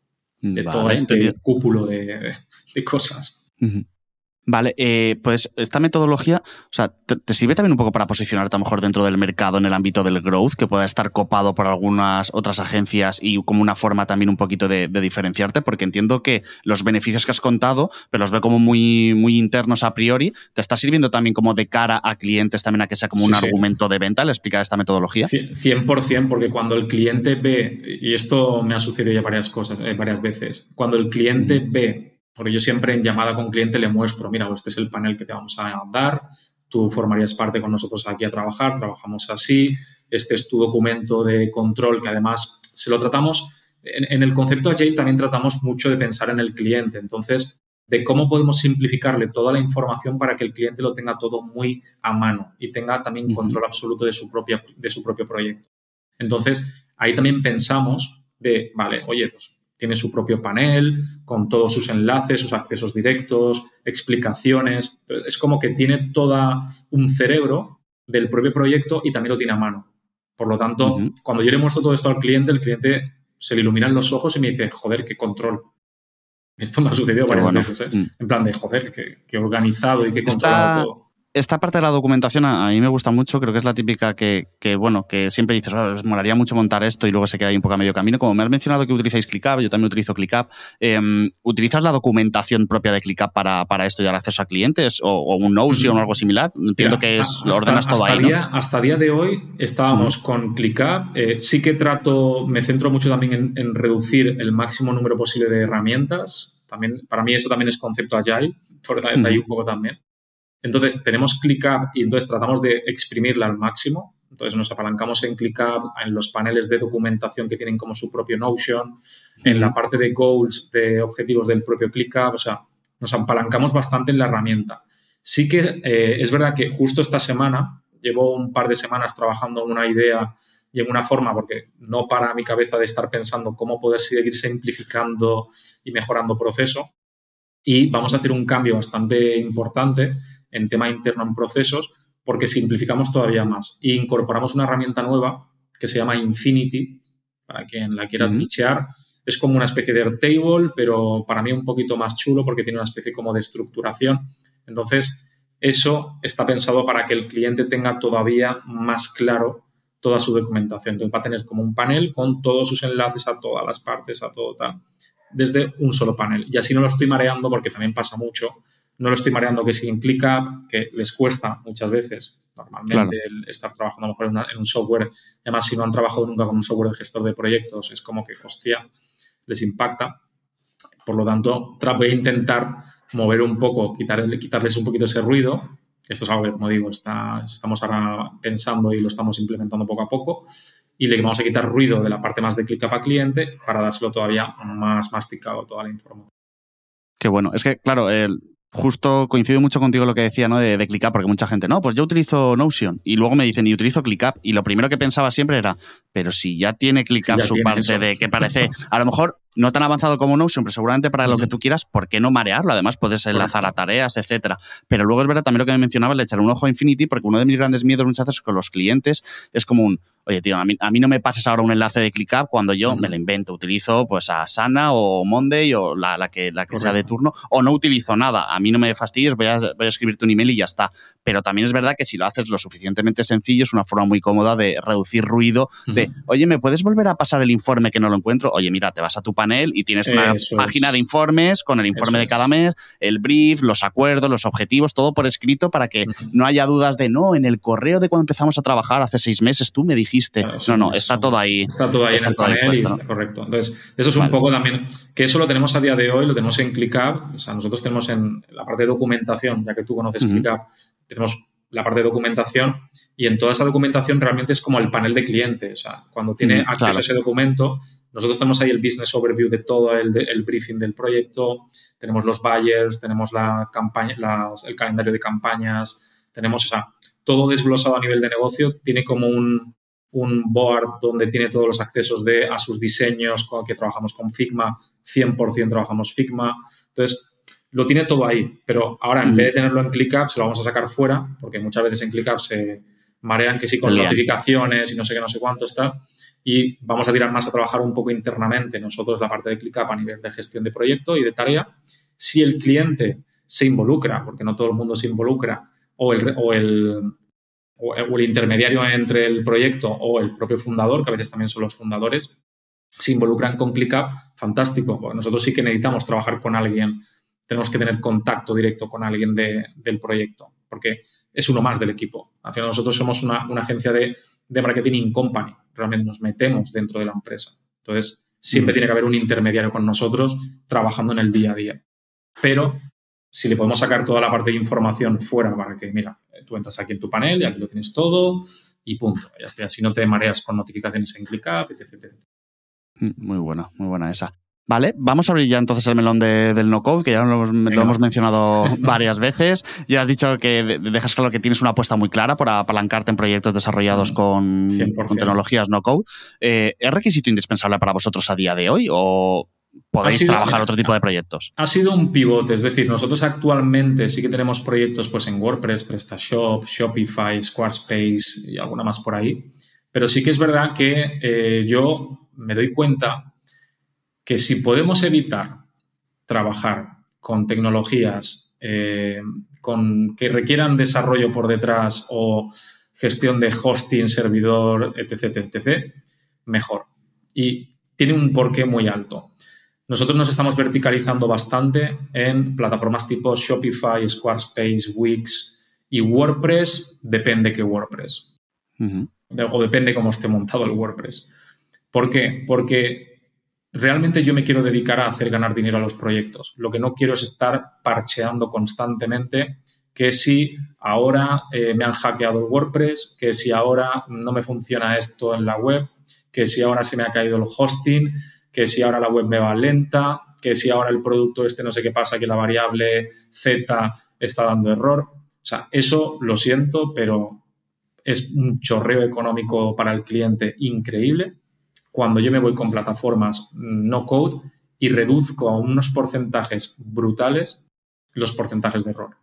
De vale, todo este entendido. Cúpulo de, de cosas.
Uh-huh. Vale, eh, pues esta metodología, o sea, te, te sirve también un poco para posicionarte a lo mejor dentro del mercado en el ámbito del growth, que pueda estar copado por algunas otras agencias y como una forma también un poquito de, de diferenciarte, porque entiendo que los beneficios que has contado, pero los veo como muy, muy internos a priori, ¿te está sirviendo también como de cara a clientes también a que sea como un sí, argumento sí. de venta al explicar esta metodología?
cien por ciento, porque cuando el cliente ve, y esto me ha sucedido ya varias cosas, eh, varias veces, cuando el cliente uh-huh. ve. Porque yo siempre en llamada con cliente le muestro, mira, este es el panel que te vamos a dar, tú formarías parte con nosotros aquí a trabajar, trabajamos así, este es tu documento de control que además se lo tratamos, en, en el concepto Agile también tratamos mucho de pensar en el cliente, entonces de cómo podemos simplificarle toda la información para que el cliente lo tenga todo muy a mano y tenga también uh-huh. control absoluto de su, propia, de su propio proyecto. Entonces, ahí también pensamos de, vale, oye, pues tiene su propio panel con todos sus enlaces, sus accesos directos, explicaciones. Entonces, es como que tiene todo un cerebro del propio proyecto y también lo tiene a mano. Por lo tanto, uh-huh. cuando yo le muestro todo esto al cliente, el cliente se le iluminan los ojos y me dice, joder, qué control. Esto me ha sucedido varias bueno. veces, ¿eh? Mm. En plan de, joder, qué, qué organizado y qué controlado
Está...
todo.
Esta parte de la documentación a, a mí me gusta mucho, creo que es la típica que, que bueno, que siempre dices, oh, me molaría mucho montar esto y luego se queda ahí un poco a medio camino. Como me has mencionado que utilizáis ClickUp, yo también utilizo ClickUp. Eh, ¿Utilizas la documentación propia de ClickUp para, para esto y dar acceso a clientes o, o un Notion mm. o algo similar? Entiendo Mira, que es, hasta, lo ordenas todo
hasta
ahí,
día,
¿no?
Hasta día de hoy estábamos mm. con ClickUp. Eh, sí que trato, me centro mucho también en, en reducir el máximo número posible de herramientas. También, para mí eso también es concepto Agile, por de ahí mm. un poco también. Entonces, tenemos ClickUp y entonces tratamos de exprimirla al máximo. Entonces, nos apalancamos en ClickUp, en los paneles de documentación que tienen como su propio Notion, uh-huh. en la parte de goals, de objetivos del propio ClickUp. O sea, nos apalancamos bastante en la herramienta. Sí que eh, es verdad que justo esta semana, llevo un par de semanas trabajando en una idea y en una forma, porque no para mi cabeza de estar pensando cómo poder seguir simplificando y mejorando proceso. Y vamos a hacer un cambio bastante importante en tema interno en procesos porque simplificamos todavía más e incorporamos una herramienta nueva que se llama Infinity, para quien la quiera uh-huh. pitchear. Es como una especie de Airtable, pero para mí un poquito más chulo porque tiene una especie como de estructuración. Entonces, eso está pensado para que el cliente tenga todavía más claro toda su documentación. Entonces, va a tener como un panel con todos sus enlaces a todas las partes, a todo tal, desde un solo panel. Y así no lo estoy mareando porque también pasa mucho no lo estoy mareando que si en ClickUp, que les cuesta muchas veces, normalmente, claro, el estar trabajando a lo mejor en, una, en un software. Además, si no han trabajado nunca con un software de gestor de proyectos, es como que, hostia, les impacta. Por lo tanto, voy a intentar mover un poco, quitar, quitarles un poquito ese ruido. Esto es algo que, como digo, está, estamos ahora pensando y lo estamos implementando poco a poco. Y le vamos a quitar ruido de la parte más de ClickUp a cliente para dárselo todavía más masticado toda la información.
Qué bueno. Es que, claro, el... justo coincido mucho contigo lo que decía, ¿no? De, de ClickUp, porque mucha gente, no, pues yo utilizo Notion. Y luego me dicen, y utilizo ClickUp. Y lo primero que pensaba siempre era, pero si ya tiene ClickUp si su parte eso. De que parece, a lo mejor no tan avanzado como Notion, pero seguramente para uh-huh. lo que tú quieras, ¿por qué no marearlo? Además, puedes enlazar Correcto. A tareas, etcétera. Pero luego es verdad también lo que me mencionaba, le echar un ojo a Infinity, porque uno de mis grandes miedos muchas veces con los clientes es como un, oye, tío, a mí, a mí no me pases ahora un enlace de ClickUp cuando yo uh-huh. me lo invento. Utilizo pues a Asana o Monday o la, la que, la que sea de turno, o no utilizo nada. A mí no me fastidies, voy a, voy a escribirte un email y ya está. Pero también es verdad que si lo haces lo suficientemente sencillo, es una forma muy cómoda de reducir ruido, uh-huh. de, oye, ¿me puedes volver a pasar el informe que no lo encuentro? Oye, mira, te vas a tu panel y tienes una Eso página es. de informes con el informe Eso de cada mes, el brief, los acuerdos, los objetivos, todo por escrito para que uh-huh. no haya dudas de, no, en el correo de cuando empezamos a trabajar hace seis meses tú me dijiste. Claro, no, no, está todo ahí.
Está todo ahí está en el panel puesto, y está ¿no? correcto. Entonces, eso es vale. un poco también, que eso lo tenemos a día de hoy, lo tenemos en ClickUp. O sea, nosotros tenemos en la parte de documentación, ya que tú conoces uh-huh. ClickUp, tenemos la parte de documentación y en toda esa documentación realmente es como el panel de cliente. O sea, cuando tiene uh-huh, acceso claro. a ese documento, nosotros tenemos ahí el business overview de todo el, de, el briefing del proyecto, tenemos los buyers, tenemos la campaña, las, el calendario de campañas, tenemos, o sea, todo desglosado a nivel de negocio, tiene como un un board donde tiene todos los accesos de, a sus diseños, con que trabajamos con Figma, cien por ciento trabajamos Figma. Entonces, lo tiene todo ahí, pero ahora en mm. vez de tenerlo en ClickUp, se lo vamos a sacar fuera, porque muchas veces en ClickUp se marean que sí con Bien. notificaciones y no sé qué, no sé cuánto está, y vamos a tirar más a trabajar un poco internamente nosotros la parte de ClickUp a nivel de gestión de proyecto y de tarea. Si el cliente se involucra, porque no todo el mundo se involucra, o el... O el o el intermediario entre el proyecto o el propio fundador, que a veces también son los fundadores, se involucran con ClickUp, fantástico. Porque nosotros sí que necesitamos trabajar con alguien, tenemos que tener contacto directo con alguien de, del proyecto, porque es uno más del equipo. Al final nosotros somos una, una agencia de, de marketing in company, realmente nos metemos dentro de la empresa. Entonces, siempre mm. tiene que haber un intermediario con nosotros trabajando en el día a día. Pero si le podemos sacar toda la parte de información fuera para que, mira, tú entras aquí en tu panel y aquí lo tienes todo y punto. Ya está. Así no te mareas con notificaciones en ClickUp, etcétera.
Muy buena, muy buena esa. Vale, vamos a abrir ya entonces el melón de, del no-code, que ya lo hemos, lo hemos mencionado varias veces. Ya has dicho que dejas claro que tienes una apuesta muy clara para apalancarte en proyectos desarrollados con, con tecnologías no-code. Eh, ¿Es requisito indispensable para vosotros a día de hoy o podéis sido, trabajar otro tipo de proyectos?
Ha sido un pivote, es decir, nosotros actualmente sí que tenemos proyectos pues, en WordPress, PrestaShop, Shopify, Squarespace y alguna más por ahí, pero sí que es verdad que eh, yo me doy cuenta que si podemos evitar trabajar con tecnologías eh, con, que requieran desarrollo por detrás o gestión de hosting, servidor, etcétera, etcétera, mejor. Y tiene un porqué muy alto. Nosotros nos estamos verticalizando bastante en plataformas tipo Shopify, Squarespace, Wix y WordPress, depende qué WordPress. Uh-huh. O depende cómo esté montado el WordPress. ¿Por qué? Porque realmente yo me quiero dedicar a hacer ganar dinero a los proyectos. Lo que no quiero es estar parcheando constantemente que si ahora eh, me han hackeado el WordPress, que si ahora no me funciona esto en la web, que si ahora se me ha caído el hosting, que si ahora la web me va lenta, que si ahora el producto este no sé qué pasa, que la variable Z está dando error. O sea, eso lo siento, pero es un chorreo económico para el cliente increíble cuando yo me voy con plataformas no code y reduzco a unos porcentajes brutales los porcentajes de error.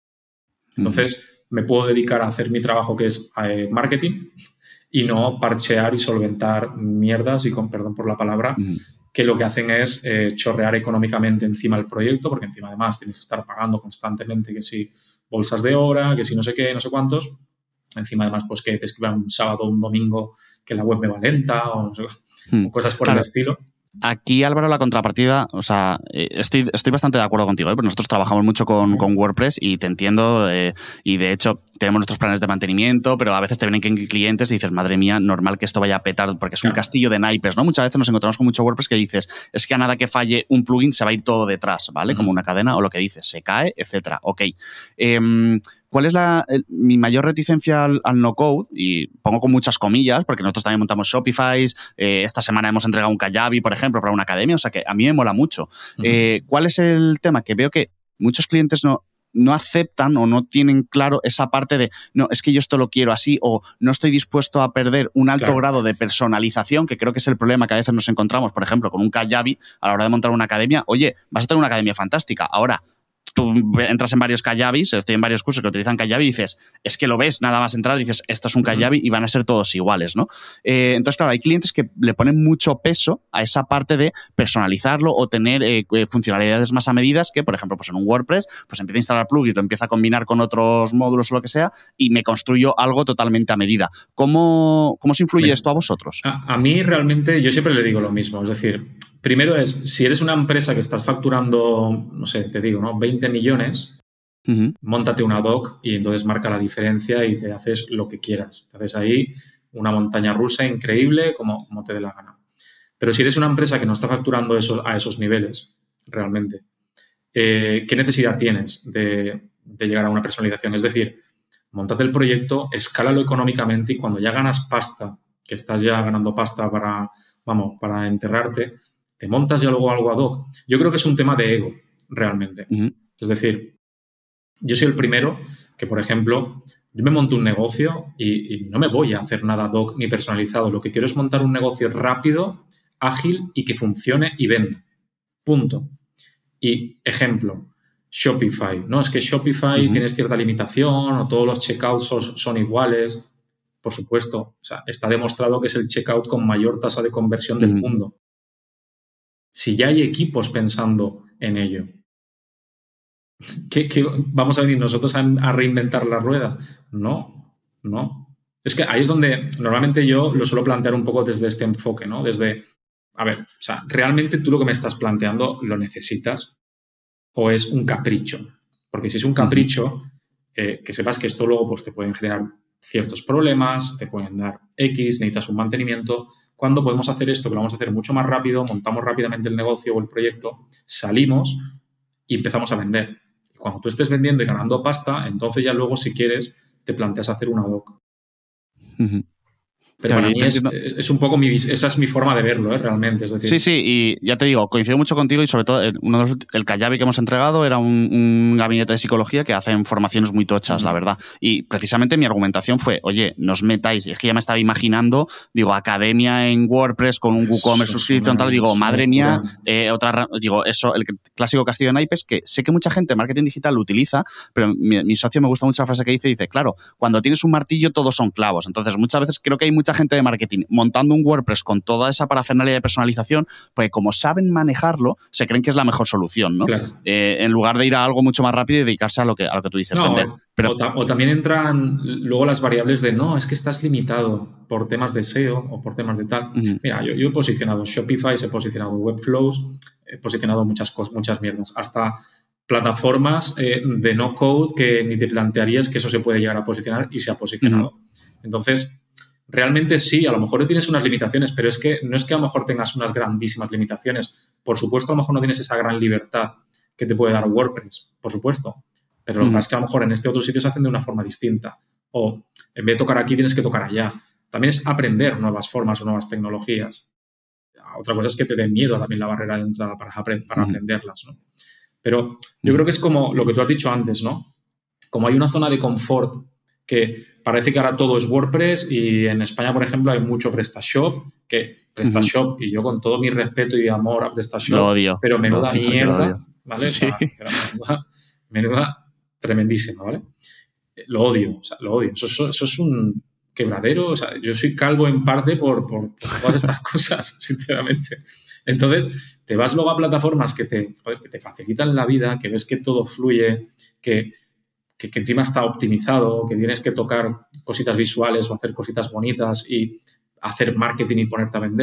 Entonces, mm. me puedo dedicar a hacer mi trabajo que es eh, marketing y no parchear y solventar mierdas, y con perdón por la palabra, mm. que lo que hacen es eh, chorrear económicamente encima del proyecto, porque encima además tienes que estar pagando constantemente que si bolsas de hora, que si no sé qué, no sé cuántos. Encima además pues que te escriban un sábado o un domingo que la web me va lenta o, no sé, mm. o cosas por claro. el estilo.
Aquí, Álvaro, la contrapartida, o sea, estoy, estoy bastante de acuerdo contigo, ¿eh? Porque nosotros trabajamos mucho con, con WordPress y te entiendo, eh, y de hecho tenemos nuestros planes de mantenimiento, pero a veces te vienen clientes y dices, madre mía, normal que esto vaya a petar, porque es claro. un castillo de naipes, ¿no? Muchas veces nos encontramos con mucho WordPress que dices, es que a nada que falle un plugin se va a ir todo detrás, ¿vale? Uh-huh. Como una cadena o lo que dices, se cae, etcétera. Ok. Eh, ¿Cuál es la, el, mi mayor reticencia al, al no-code? Y pongo con muchas comillas, porque nosotros también montamos Shopify, eh, esta semana hemos entregado un Kajabi, por ejemplo, para una academia, o sea que a mí me mola mucho. Uh-huh. Eh, ¿Cuál es el tema? Que veo que muchos clientes no, no aceptan o no tienen claro esa parte de, no, es que yo esto lo quiero así, o no estoy dispuesto a perder un alto claro. grado de personalización, que creo que es el problema que a veces nos encontramos, por ejemplo, con un Kajabi a la hora de montar una academia. Oye, vas a tener una academia fantástica. Ahora, tú entras en varios Kajabis, estoy en varios cursos que utilizan Kajabi y dices, es que lo ves nada más entrar y dices, esto es un Kajabi y van a ser todos iguales, ¿no? Eh, entonces, claro, hay clientes que le ponen mucho peso a esa parte de personalizarlo o tener eh, funcionalidades más a medidas que, por ejemplo, pues en un WordPress, pues empieza a instalar plugins, lo empieza a combinar con otros módulos o lo que sea y me construyo algo totalmente a medida. ¿Cómo, cómo se influye Bien. esto a vosotros?
A, a mí realmente, yo siempre le digo lo mismo, es decir, primero es, si eres una empresa que estás facturando, no sé, te digo, ¿no? veinte millones, uh-huh. móntate una doc y entonces marca la diferencia y te haces lo que quieras. Te haces ahí una montaña rusa increíble como, como te dé la gana. Pero si eres una empresa que no está facturando eso, a esos niveles, realmente, eh, ¿qué necesidad tienes de, de llegar a una personalización? Es decir, móntate el proyecto, escálalo económicamente y cuando ya ganas pasta, que estás ya ganando pasta para, vamos, para enterrarte, te montas ya luego algo ad hoc. Yo creo que es un tema de ego, realmente. Uh-huh. Es decir, yo soy el primero que, por ejemplo, yo me monto un negocio y, y no me voy a hacer nada ad hoc ni personalizado. Lo que quiero es montar un negocio rápido, ágil y que funcione y venda. Punto. Y, ejemplo, Shopify. No, es que Shopify uh-huh. tienes cierta limitación o todos los checkouts son, son iguales. Por supuesto, o sea, está demostrado que es el checkout con mayor tasa de conversión uh-huh. del mundo. Si ya hay equipos pensando en ello, ¿qué, qué vamos a venir nosotros a, a reinventar la rueda? No, no. Es que ahí es donde normalmente yo lo suelo plantear un poco desde este enfoque, ¿no? Desde, a ver, o sea, ¿realmente tú lo que me estás planteando lo necesitas o es un capricho? Porque si es un capricho, uh-huh. eh, que sepas que esto luego pues, te pueden generar ciertos problemas, te pueden dar X, necesitas un mantenimiento. ¿Cuándo podemos hacer esto? Que lo vamos a hacer mucho más rápido, montamos rápidamente el negocio o el proyecto, salimos y empezamos a vender. Y cuando tú estés vendiendo y ganando pasta, entonces ya luego, si quieres, te planteas hacer una doc. Uh-huh. Pero claro, para mí es, es un poco mi, esa es mi forma de verlo, ¿eh? Realmente. Es decir,
sí, sí, y ya te digo, coincido mucho contigo y sobre todo uno de los, el Kajabi que hemos entregado era un, un gabinete de psicología que hacen formaciones muy tochas, uh-huh. la verdad. Y precisamente mi argumentación fue, oye, no os metáis, y es que ya me estaba imaginando, digo, academia en WordPress con un WooCommerce subscription, tal, digo, madre mía, eh, otra, digo, eso, el clásico castillo de naipes, que sé que mucha gente en marketing digital lo utiliza, pero mi, mi socio me gusta mucho la frase que dice, dice, claro, cuando tienes un martillo todos son clavos. Entonces, muchas veces creo que hay mucha gente de marketing montando un WordPress con toda esa parafernalia de personalización, pues como saben manejarlo, se creen que es la mejor solución, ¿no? Claro. Eh, en lugar de ir a algo mucho más rápido y dedicarse a lo que, a lo que tú dices,
no,
vender. Pero,
o, ta- o también entran luego las variables de, no, es que estás limitado por temas de S E O o por temas de tal. Uh-huh. Mira, yo, yo he posicionado Shopify, he posicionado Webflows, he posicionado muchas cosas, muchas mierdas, hasta plataformas eh, de no-code que ni te plantearías que eso se puede llegar a posicionar y se ha posicionado. Uh-huh. Entonces, realmente sí, a lo mejor tienes unas limitaciones, pero es que no es que a lo mejor tengas unas grandísimas limitaciones. Por supuesto, a lo mejor no tienes esa gran libertad que te puede dar WordPress, por supuesto. Pero lo que pasa es que a lo mejor en este otro sitio se hacen de una forma distinta. O en vez de tocar aquí, tienes que tocar allá. También es aprender nuevas formas o nuevas tecnologías. Otra cosa es que te dé miedo también la barrera de entrada para, aprend- para uh-huh. aprenderlas, ¿no? Pero yo uh-huh. creo que es como lo que tú has dicho antes, ¿no? Como hay una zona de confort que parece que ahora todo es WordPress y en España, por ejemplo, hay mucho PrestaShop, que PrestaShop, uh-huh. y yo con todo mi respeto y amor a PrestaShop,
lo odio.
pero menuda
lo,
mierda,
lo
¿vale?
Sí.
O sea, pero menuda, menuda tremendísima, ¿vale? Lo odio, o sea, lo odio. Eso, eso, eso es un quebradero, o sea, yo soy calvo en parte por, por, por todas estas cosas, sinceramente. Entonces, te vas luego a plataformas que te, joder, que te facilitan la vida, que ves que todo fluye, que... Que, que encima está optimizado, que tienes que tocar cositas visuales o hacer cositas bonitas y hacer marketing y ponerte a vender.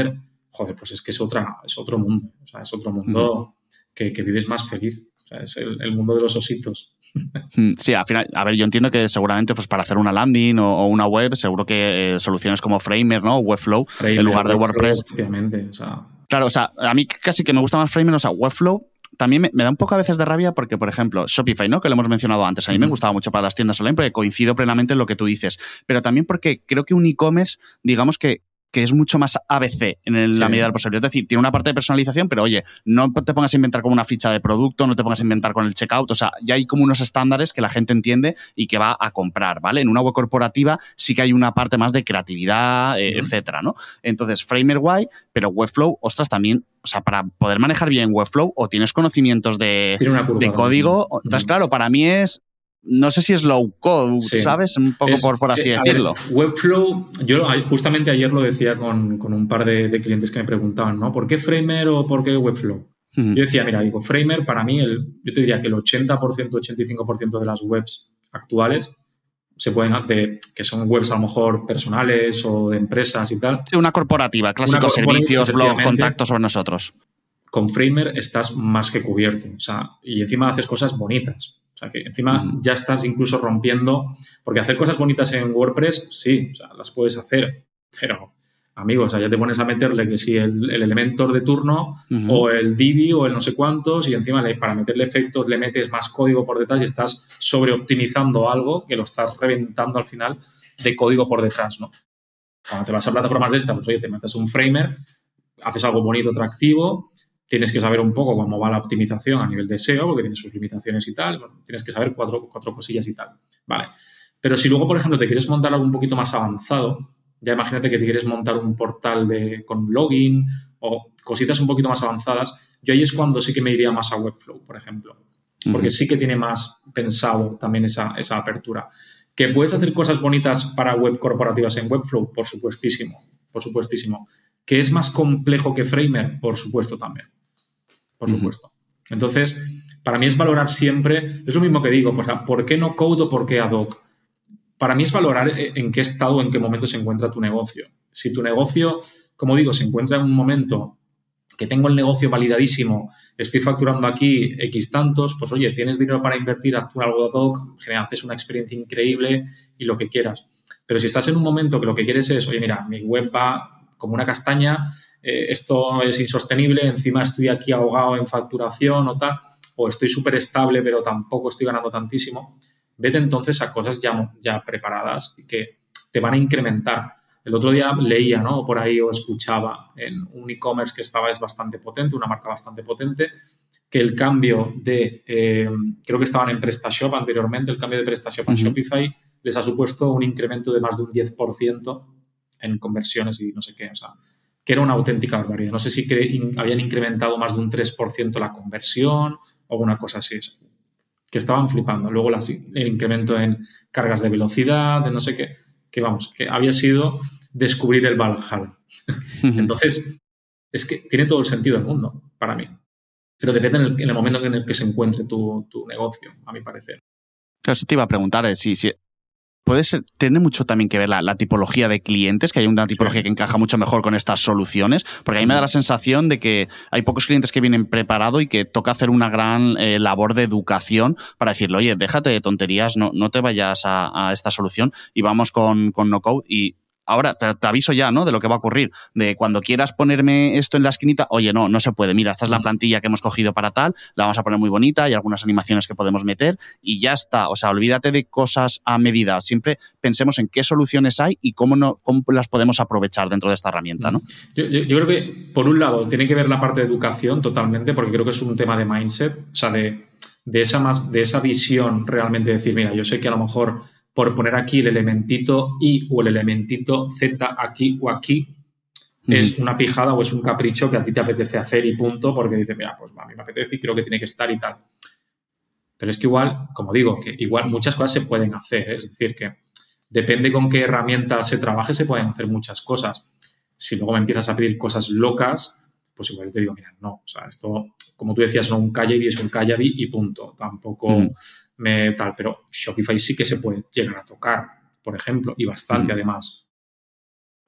joder, pues es que es, otra, es otro mundo. O sea, es otro mundo mm. que, que vives más feliz. O sea, es el, el mundo de los ositos.
Sí, al final, a ver, yo entiendo que seguramente pues para hacer una landing o, o una web, seguro que eh, soluciones como Framer, ¿no? Webflow,
Framer,
en lugar de
Webflow,
WordPress.
Efectivamente, o sea...
Claro, o sea, a mí casi que me gusta más Framer, o sea, Webflow también me, me da un poco a veces de rabia porque, por ejemplo, Shopify, ¿no? Que lo hemos mencionado antes, a mí uh-huh. me gustaba mucho para las tiendas online porque coincido plenamente en lo que tú dices, pero también porque creo que un e-commerce, digamos que que es mucho más A B C en el, sí. la medida del posible. Es decir, tiene una parte de personalización, pero oye, no te pongas a inventar como una ficha de producto, no te pongas a inventar con el checkout, o sea, ya hay como unos estándares que la gente entiende y que va a comprar, ¿vale? En una web corporativa sí que hay una parte más de creatividad, eh, uh-huh. etcétera, ¿no? Entonces, Framer guay, pero Webflow, ostras, también, o sea, para poder manejar bien Webflow o tienes conocimientos de, de código, uh-huh. entonces, claro, para mí es... No sé si es low code, sí. ¿sabes? Un poco es, por, por así eh, decirlo.
Ver, Webflow, yo justamente ayer lo decía con, con un par de, de clientes que me preguntaban, ¿no? ¿Por qué Framer o por qué Webflow? Uh-huh. Yo decía, mira, digo, Framer para mí, el, yo te diría que el ochenta por ciento, ochenta y cinco por ciento de las webs actuales se pueden hacer, que son webs a lo mejor personales o de empresas y tal.
Sí, una corporativa, clásicos una servicios, blogs, contactos sobre nosotros.
Con Framer estás más que cubierto, o sea, y encima haces cosas bonitas. O sea, que encima uh-huh. ya estás incluso rompiendo... Porque hacer cosas bonitas en WordPress, sí, o sea, las puedes hacer. Pero, amigos, o sea, ya te pones a meterle que si el, el Elementor de turno uh-huh. o el Divi o el no sé cuántos y encima le, para meterle efectos le metes más código por detrás y estás sobreoptimizando algo que lo estás reventando al final de código por detrás, ¿no? Cuando te vas a plataformas de estas, pues oye, te metes un Framer, haces algo bonito, atractivo... Tienes que saber un poco cómo va la optimización a nivel de S E O, porque tiene sus limitaciones y tal. Bueno, tienes que saber cuatro, cuatro cosillas y tal. Vale. Pero si luego, por ejemplo, te quieres montar algo un poquito más avanzado, ya imagínate que te quieres montar un portal de, con login o cositas un poquito más avanzadas, yo ahí es cuando sí que me iría más a Webflow, por ejemplo. Porque uh-huh. sí que tiene más pensado también esa, esa apertura. ¿Que puedes hacer cosas bonitas para web corporativas en Webflow? Por supuestísimo. Por supuestísimo. ¿Que es más complejo que Framer? Por supuesto también. Por supuesto. Uh-huh. Entonces, para mí es valorar siempre, es lo mismo que digo, pues, ¿por qué no code o por qué ad hoc? Para mí es valorar en qué estado o en qué momento se encuentra tu negocio. Si tu negocio, como digo, se encuentra en un momento que tengo el negocio validadísimo, estoy facturando aquí X tantos, pues oye, tienes dinero para invertir, actúa algo ad hoc, haces una experiencia increíble y lo que quieras. Pero si estás en un momento que lo que quieres es, oye, mira, mi web va como una castaña, Eh, esto es insostenible, encima estoy aquí ahogado en facturación o tal, o estoy súper estable pero tampoco estoy ganando tantísimo, vete entonces a cosas ya, ya preparadas que te van a incrementar. El otro día leía, ¿no? Por ahí o escuchaba en un e-commerce que estaba es bastante potente, una marca bastante potente, que el cambio de, eh, creo que estaban en PrestaShop anteriormente, el cambio de PrestaShop a uh-huh. Shopify les ha supuesto un incremento de más de un diez por ciento en conversiones y no sé qué, o sea, que era una auténtica barbaridad. No sé si que in, habían incrementado más de un tres por ciento la conversión o alguna cosa así. Que estaban flipando. Luego la, el incremento en cargas de velocidad, de no sé qué, que vamos, que había sido descubrir el Valhalla. Entonces, es que tiene todo el sentido del mundo para mí. Pero depende en el, en el momento en el que se encuentre tu, tu negocio, a mi parecer.
Claro, eso te iba a preguntar, eh, si... si... Puede ser, tiene mucho también que ver la, la tipología de clientes, que hay una tipología sí. que encaja mucho mejor con estas soluciones, porque a mí me da la sensación de que hay pocos clientes que vienen preparados y que toca hacer una gran eh, labor de educación para decirle, oye, déjate de tonterías, no, no te vayas a, a esta solución y vamos con, con no code. Y ahora te, te aviso ya, ¿no?, de lo que va a ocurrir, de cuando quieras ponerme esto en la esquinita, oye, no, no se puede, mira, esta es la plantilla que hemos cogido para tal, la vamos a poner muy bonita, hay algunas animaciones que podemos meter y ya está. O sea, olvídate de cosas a medida, siempre pensemos en qué soluciones hay y cómo, no, cómo las podemos aprovechar dentro de esta herramienta, ¿no?
Yo, yo, yo creo que, por un lado, tiene que ver la parte de educación totalmente, porque creo que es un tema de mindset, o sea, de, de, esa, más, de esa visión realmente de decir, mira, yo sé que a lo mejor por poner aquí el elementito Y o el elementito Z aquí o aquí mm. es una pijada o es un capricho que a ti te apetece hacer y punto, porque dices, mira, pues a mí me apetece y creo que tiene que estar y tal. Pero es que igual, como digo, que igual muchas cosas se pueden hacer, ¿eh? Es decir, que depende con qué herramienta se trabaje, se pueden hacer muchas cosas. Si luego me empiezas a pedir cosas locas, pues igual te digo, mira, no, o sea, esto, como tú decías, no, un Kajabi es un Kajabi y punto. Tampoco mm. me tal, pero Shopify sí que se puede llegar a tocar, por ejemplo, y bastante mm. además.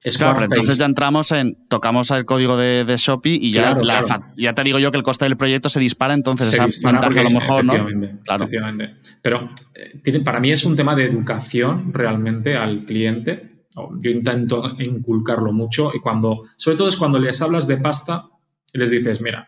Claro, pero entonces ya entramos en, tocamos el código de, de Shopee y ya,
claro,
la,
claro.
ya te digo yo que el coste del proyecto se dispara, entonces
se
esa
dispara
ventaja
porque,
a lo mejor, ¿no?
Claro. Efectivamente. Pero eh, tiene, para mí es un tema de educación realmente al cliente. Yo intento inculcarlo mucho y cuando, sobre todo es cuando les hablas de pasta y les dices, mira,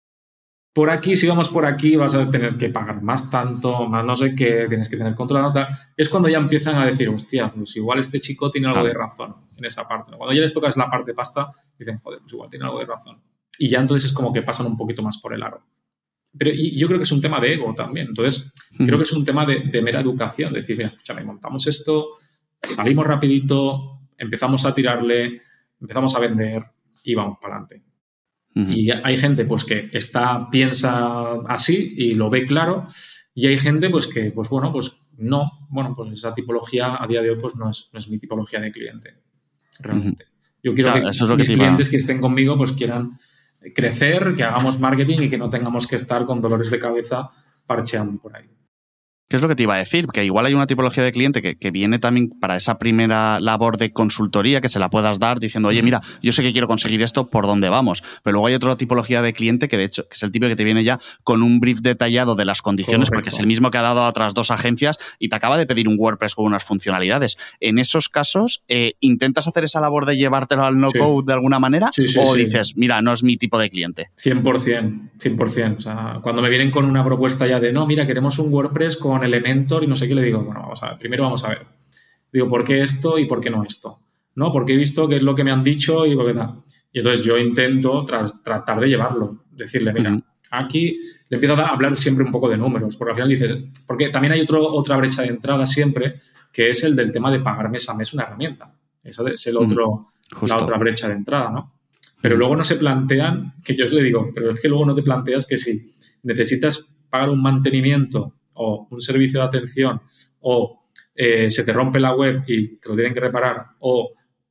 por aquí, si vamos por aquí, vas a tener que pagar más tanto, más no sé qué, tienes que tener controlado tal. Es cuando ya empiezan a decir, hostia, pues igual este chico tiene algo claro. de razón en esa parte. Cuando ya les tocas la parte de pasta, dicen, joder, pues igual tiene algo de razón. Y ya entonces es como que pasan un poquito más por el aro. Pero y yo creo que es un tema de ego también. Entonces, uh-huh. creo que es un tema de, de mera educación. De decir, mira, escúchame, montamos esto, salimos rapidito, empezamos a tirarle, empezamos a vender y vamos para adelante. Uh-huh. Y hay gente pues que está, piensa así y lo ve claro, y hay gente pues que, pues bueno, pues no, bueno, pues esa tipología a día de hoy pues no es, no es mi tipología de cliente, realmente. Uh-huh. Yo quiero claro, que eso es lo mis que clientes que estén conmigo pues quieran crecer, que hagamos marketing y que no tengamos que estar con dolores de cabeza parcheando por ahí.
¿Qué es lo que te iba a decir? Que igual hay una tipología de cliente que, que viene también para esa primera labor de consultoría que se la puedas dar diciendo, oye, mira, yo sé que quiero conseguir esto, ¿por dónde vamos? Pero luego hay otra tipología de cliente que, de hecho, que es el tipo que te viene ya con un brief detallado de las condiciones, correcto. Porque es el mismo que ha dado a otras dos agencias y te acaba de pedir un WordPress con unas funcionalidades. En esos casos, eh, ¿intentas hacer esa labor de llevártelo al no-code sí. de alguna manera? Sí, sí, ¿O sí. dices, mira, no es mi tipo de cliente?
cien por ciento, cien por ciento. O sea, cuando me vienen con una propuesta ya de, no, mira, queremos un WordPress con Elementor y no sé qué, le digo, bueno, vamos a ver, primero vamos a ver. Digo, ¿por qué esto y por qué no esto? ¿No? Porque he visto que es lo que me han dicho y por qué tal. Y entonces yo intento tra- tratar de llevarlo, decirle, mira, uh-huh. aquí le empiezo a hablar siempre un poco de números, porque al final dices, porque también hay otro, otra brecha de entrada siempre, que es el del tema de pagar mes a mes una herramienta. Eso es el otro, uh-huh. la otra brecha de entrada, ¿no? Pero uh-huh. luego no se plantean, que yo os le digo, pero es que luego no te planteas que si necesitas pagar un mantenimiento o un servicio de atención, o eh, se te rompe la web y te lo tienen que reparar, o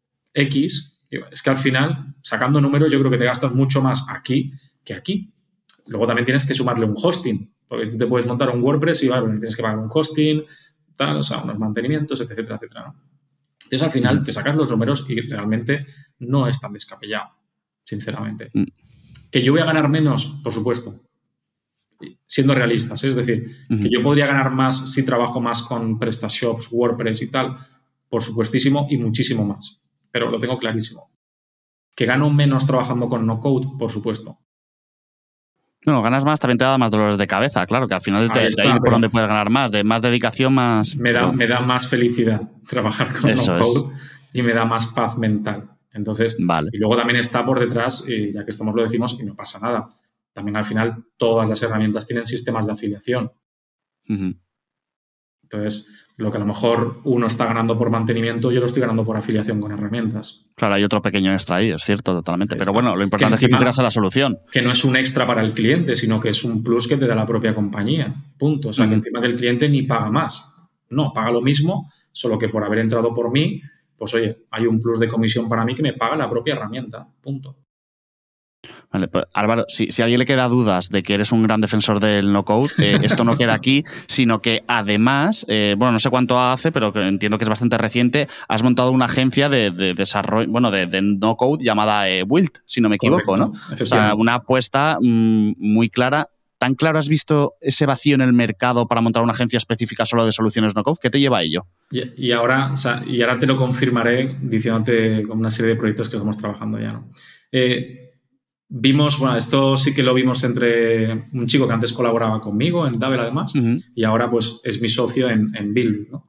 X, es que al final, sacando números, yo creo que te gastas mucho más aquí que aquí. Luego también tienes que sumarle un hosting, porque tú te puedes montar un WordPress y vale, tienes que pagar un hosting, tal, o sea, unos mantenimientos, etcétera, etcétera, ¿no? Entonces, al final, te sacas los números y realmente no es tan descabellado, sinceramente. Mm. ¿Que yo voy a ganar menos? Por supuesto. Siendo realistas, ¿eh? Es decir, uh-huh. que yo podría ganar más si trabajo más con PrestaShops, WordPress y tal, por supuestísimo, y muchísimo más, pero lo tengo clarísimo. ¿Que gano menos trabajando con no-code? Por supuesto.
No, ganas más, también te da más dolores de cabeza, claro, que al final ahí es de ahí por donde puedes ganar más, de más dedicación, más...
Me da, me da más felicidad trabajar con Eso no-code es. Y me da más paz mental. Entonces, vale. Y luego también está por detrás, y ya que estamos lo decimos, y no pasa nada. También al final todas las herramientas tienen sistemas de afiliación. Uh-huh. Entonces, lo que a lo mejor uno está ganando por mantenimiento, yo lo estoy ganando por afiliación con herramientas.
Claro, hay otro pequeño extra ahí, es cierto, totalmente. Ahí Pero está. Bueno, lo importante encima, es que tú quieras a la solución.
Que no es un extra para el cliente, sino que es un plus que te da la propia compañía. Punto. O sea, uh-huh. que encima que el cliente ni paga más. No, paga lo mismo, solo que por haber entrado por mí, pues oye, hay un plus de comisión para mí que me paga la propia herramienta. Punto.
Vale, pues, Álvaro, si, si a alguien le queda dudas de que eres un gran defensor del no-code, eh, esto no queda aquí, sino que además, eh, bueno, no sé cuánto hace, pero que entiendo que es bastante reciente, has montado una agencia de, de desarrollo, bueno, de, de no-code llamada eh, Wilt, si no me equivoco, Correcto, ¿no? O sea, una apuesta mmm, muy clara. ¿Tan claro has visto ese vacío en el mercado para montar una agencia específica solo de soluciones no-code? ¿Qué te lleva a ello?
Y, y, ahora, o sea, y ahora te lo confirmaré diciéndote con una serie de proyectos que estamos trabajando ya, ¿no? Eh, Vimos, bueno, esto sí que lo vimos entre un chico que antes colaboraba conmigo en Dabel además, uh-huh. y ahora pues es mi socio en, en Build, ¿no?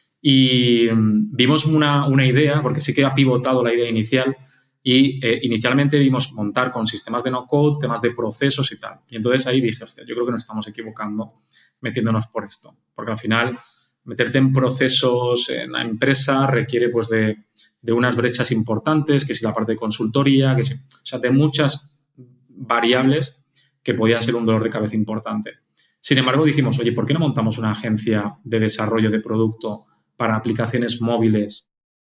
Y vimos una, una idea, porque sí que ha pivotado la idea inicial, y eh, inicialmente vimos montar con sistemas de no-code, temas de procesos y tal. Y entonces ahí dije, hostia, yo creo que nos estamos equivocando metiéndonos por esto, porque al final meterte en procesos en la empresa requiere pues de, de unas brechas importantes, que si la parte de consultoría, que si, o sea, de muchas variables que podían ser un dolor de cabeza importante. Sin embargo, dijimos, oye, ¿por qué no montamos una agencia de desarrollo de producto para aplicaciones móviles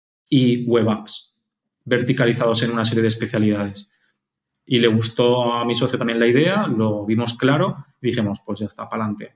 y web apps verticalizados en una serie de especialidades? Y le gustó a mi socio también la idea, lo vimos claro y dijimos, pues ya está, para adelante.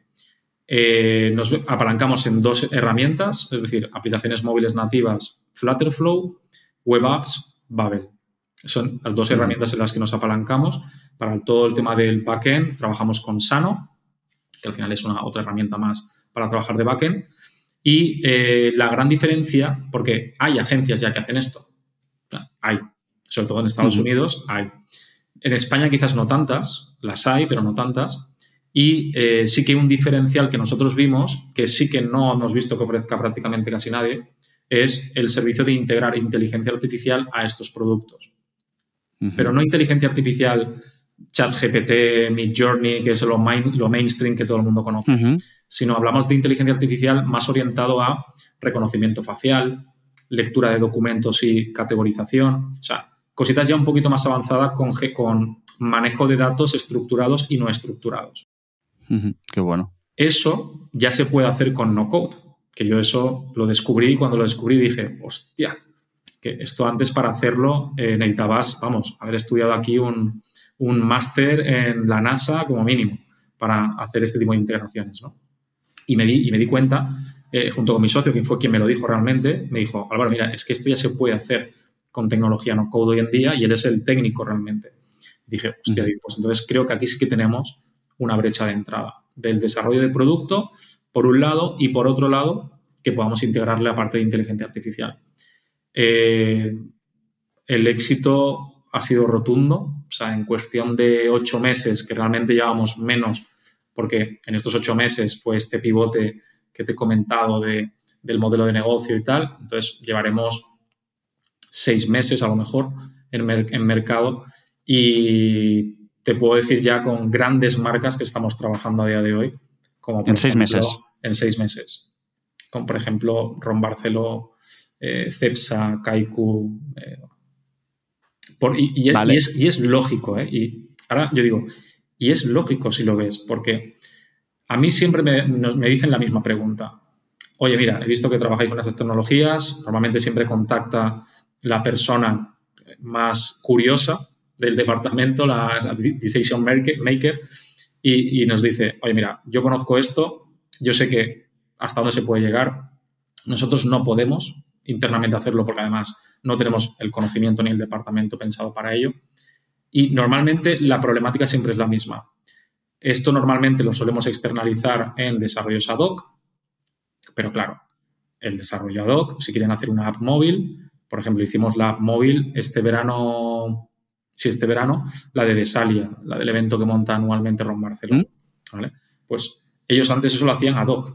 Eh, nos apalancamos en dos herramientas, es decir, aplicaciones móviles nativas Flutterflow Web Apps, Babel. Son las dos herramientas en las que nos apalancamos. Para todo el tema del backend trabajamos con Sano, que al final es una otra herramienta más para trabajar de backend. Y eh, la gran diferencia, porque hay agencias ya que hacen esto, hay, sobre todo en Estados uh-huh. Unidos, hay. En España quizás no tantas, las hay, pero no tantas. Y eh, sí que hay un diferencial que nosotros vimos, que sí que no hemos visto que ofrezca prácticamente casi nadie, es el servicio de integrar inteligencia artificial a estos productos. Uh-huh. Pero no inteligencia artificial ChatGPT, Midjourney, que es lo, main, lo mainstream que todo el mundo conoce, uh-huh. sino hablamos de inteligencia artificial más orientado a reconocimiento facial, lectura de documentos y categorización, o sea, cositas ya un poquito más avanzadas con, con manejo de datos estructurados y no estructurados.
Uh-huh. Qué bueno.
Eso ya se puede hacer con no-code, que yo eso lo descubrí y cuando lo descubrí dije, hostia, que esto antes para hacerlo eh, necesitabas, vamos, haber estudiado aquí un, un máster en la NASA como mínimo para hacer este tipo de integraciones, ¿no? Y me di, y me di cuenta, eh, junto con mi socio, que fue quien me lo dijo realmente, me dijo, Álvaro, mira, es que esto ya se puede hacer con tecnología no code hoy en día y él es el técnico realmente. Dije, hostia, uh-huh. pues entonces creo que aquí sí que tenemos una brecha de entrada del desarrollo del producto, por un lado, y por otro lado, que podamos integrarle la parte de inteligencia artificial. Eh, el éxito ha sido rotundo, o sea, en cuestión de ocho meses, que realmente llevamos menos, porque en estos ocho meses fue este pivote que te he comentado de, del modelo de negocio y tal, entonces llevaremos seis meses a lo mejor en, mer- en mercado y te puedo decir ya con grandes marcas que estamos trabajando a día de hoy. Como
en seis
ejemplo,
meses.
En seis meses. Como por ejemplo Ron Barceló, eh, Cepsa, Kaiku. Eh, por, y, y, es, vale. y, es, y es lógico, ¿eh? Y ahora yo digo, y es lógico si lo ves, porque a mí siempre me, me dicen la misma pregunta. Oye, mira, he visto que trabajáis con estas tecnologías, normalmente siempre contacta la persona más curiosa del departamento, la, la decision maker, y, y nos dice, oye, mira, yo conozco esto, yo sé que hasta dónde se puede llegar, nosotros no podemos internamente hacerlo porque además no tenemos el conocimiento ni el departamento pensado para ello, y normalmente la problemática siempre es la misma. Esto normalmente lo solemos externalizar en desarrollos ad hoc, pero claro, el desarrollo ad hoc, si quieren hacer una app móvil, por ejemplo, hicimos la app móvil este verano, sí, este verano, la de Desalia, la del evento que monta anualmente Ron Barceló, ¿Mm? ¿Vale? Pues ellos antes eso lo hacían ad hoc.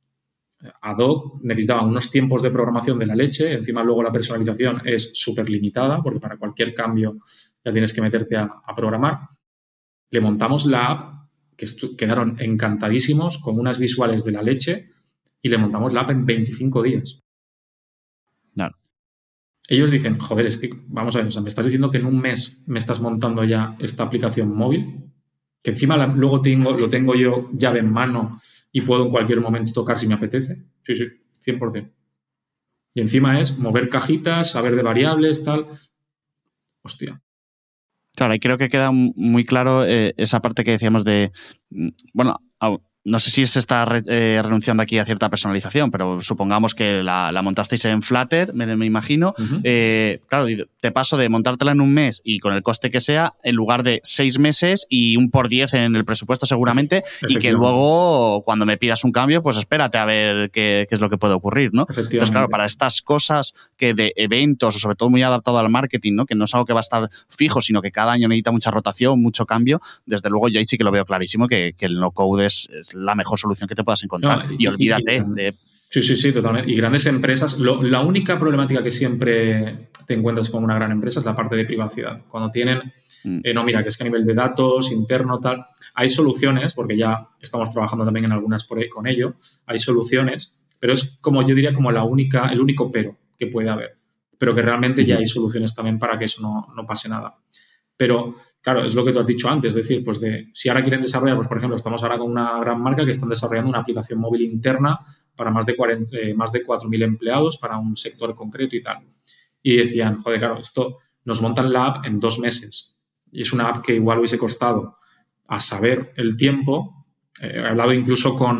Ad hoc necesitaban unos tiempos de programación de la leche, encima luego la personalización es súper limitada, porque para cualquier cambio ya tienes que meterte a, a programar. Le montamos la app, que estu- quedaron encantadísimos, con unas visuales de la leche, y le montamos la app en veinticinco días.
Claro.
Ellos dicen, joder, es que, vamos a ver, o sea, me estás diciendo que en un mes me estás montando ya esta aplicación móvil, que encima la, luego tengo, lo tengo yo llave en mano y puedo en cualquier momento tocar si me apetece. Sí, sí, cien por ciento. Y encima es mover cajitas, saber de variables, tal. Hostia.
Claro, y creo que queda muy claro eh, esa parte que decíamos de, bueno, no sé si se está re, eh, renunciando aquí a cierta personalización, pero supongamos que la, la montasteis en Flutter, me, me imagino. Uh-huh. Eh, claro, te paso de montártela en un mes y con el coste que sea, en lugar de seis meses y un por diez en el presupuesto seguramente, y que luego, cuando me pidas un cambio, pues espérate a ver qué, qué es lo que puede ocurrir, ¿no? Entonces, claro, para estas cosas que de eventos, o sobre todo muy adaptado al marketing, ¿no? Que no es algo que va a estar fijo, sino que cada año necesita mucha rotación, mucho cambio, desde luego yo ahí sí que lo veo clarísimo que, que el no-code es, es la mejor solución que te puedas encontrar. No, y, y olvídate y, de...
Sí, sí, sí, totalmente. Y grandes empresas, lo, la única problemática que siempre te encuentras con una gran empresa es la parte de privacidad. Cuando tienen, mm. eh, no, mira, que es que a nivel de datos, interno, tal, hay soluciones, porque ya estamos trabajando también en algunas por ahí con ello, hay soluciones, pero es como, yo diría, como la única, el único pero que puede haber. Pero que realmente mm. ya hay soluciones también para que eso no, no pase nada. Pero, claro, es lo que tú has dicho antes, es decir, pues de si ahora quieren desarrollar, pues por ejemplo, estamos ahora con una gran marca que están desarrollando una aplicación móvil interna para más de, cuarenta, eh, más de cuatro mil empleados para un sector concreto y tal. Y decían, joder, claro, esto nos montan la app en dos meses. Y es una app que igual hubiese costado a saber el tiempo. Eh, he hablado incluso con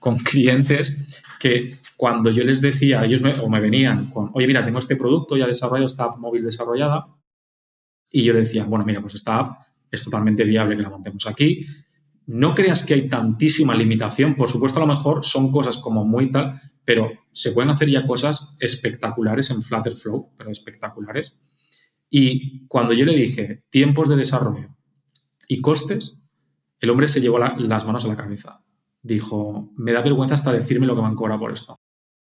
con clientes que cuando yo les decía, ellos me, o me venían con, oye, mira, tengo este producto ya desarrollado, esta app móvil desarrollada, y yo le decía, bueno, mira, pues esta app es totalmente viable que la montemos aquí. No creas que hay tantísima limitación. Por supuesto, a lo mejor son cosas como muy tal, pero se pueden hacer ya cosas espectaculares en Flutter Flow, pero espectaculares. Y cuando yo le dije tiempos de desarrollo y costes, el hombre se llevó la, las manos a la cabeza. Dijo, me da vergüenza hasta decirme lo que me han cobrado por esto.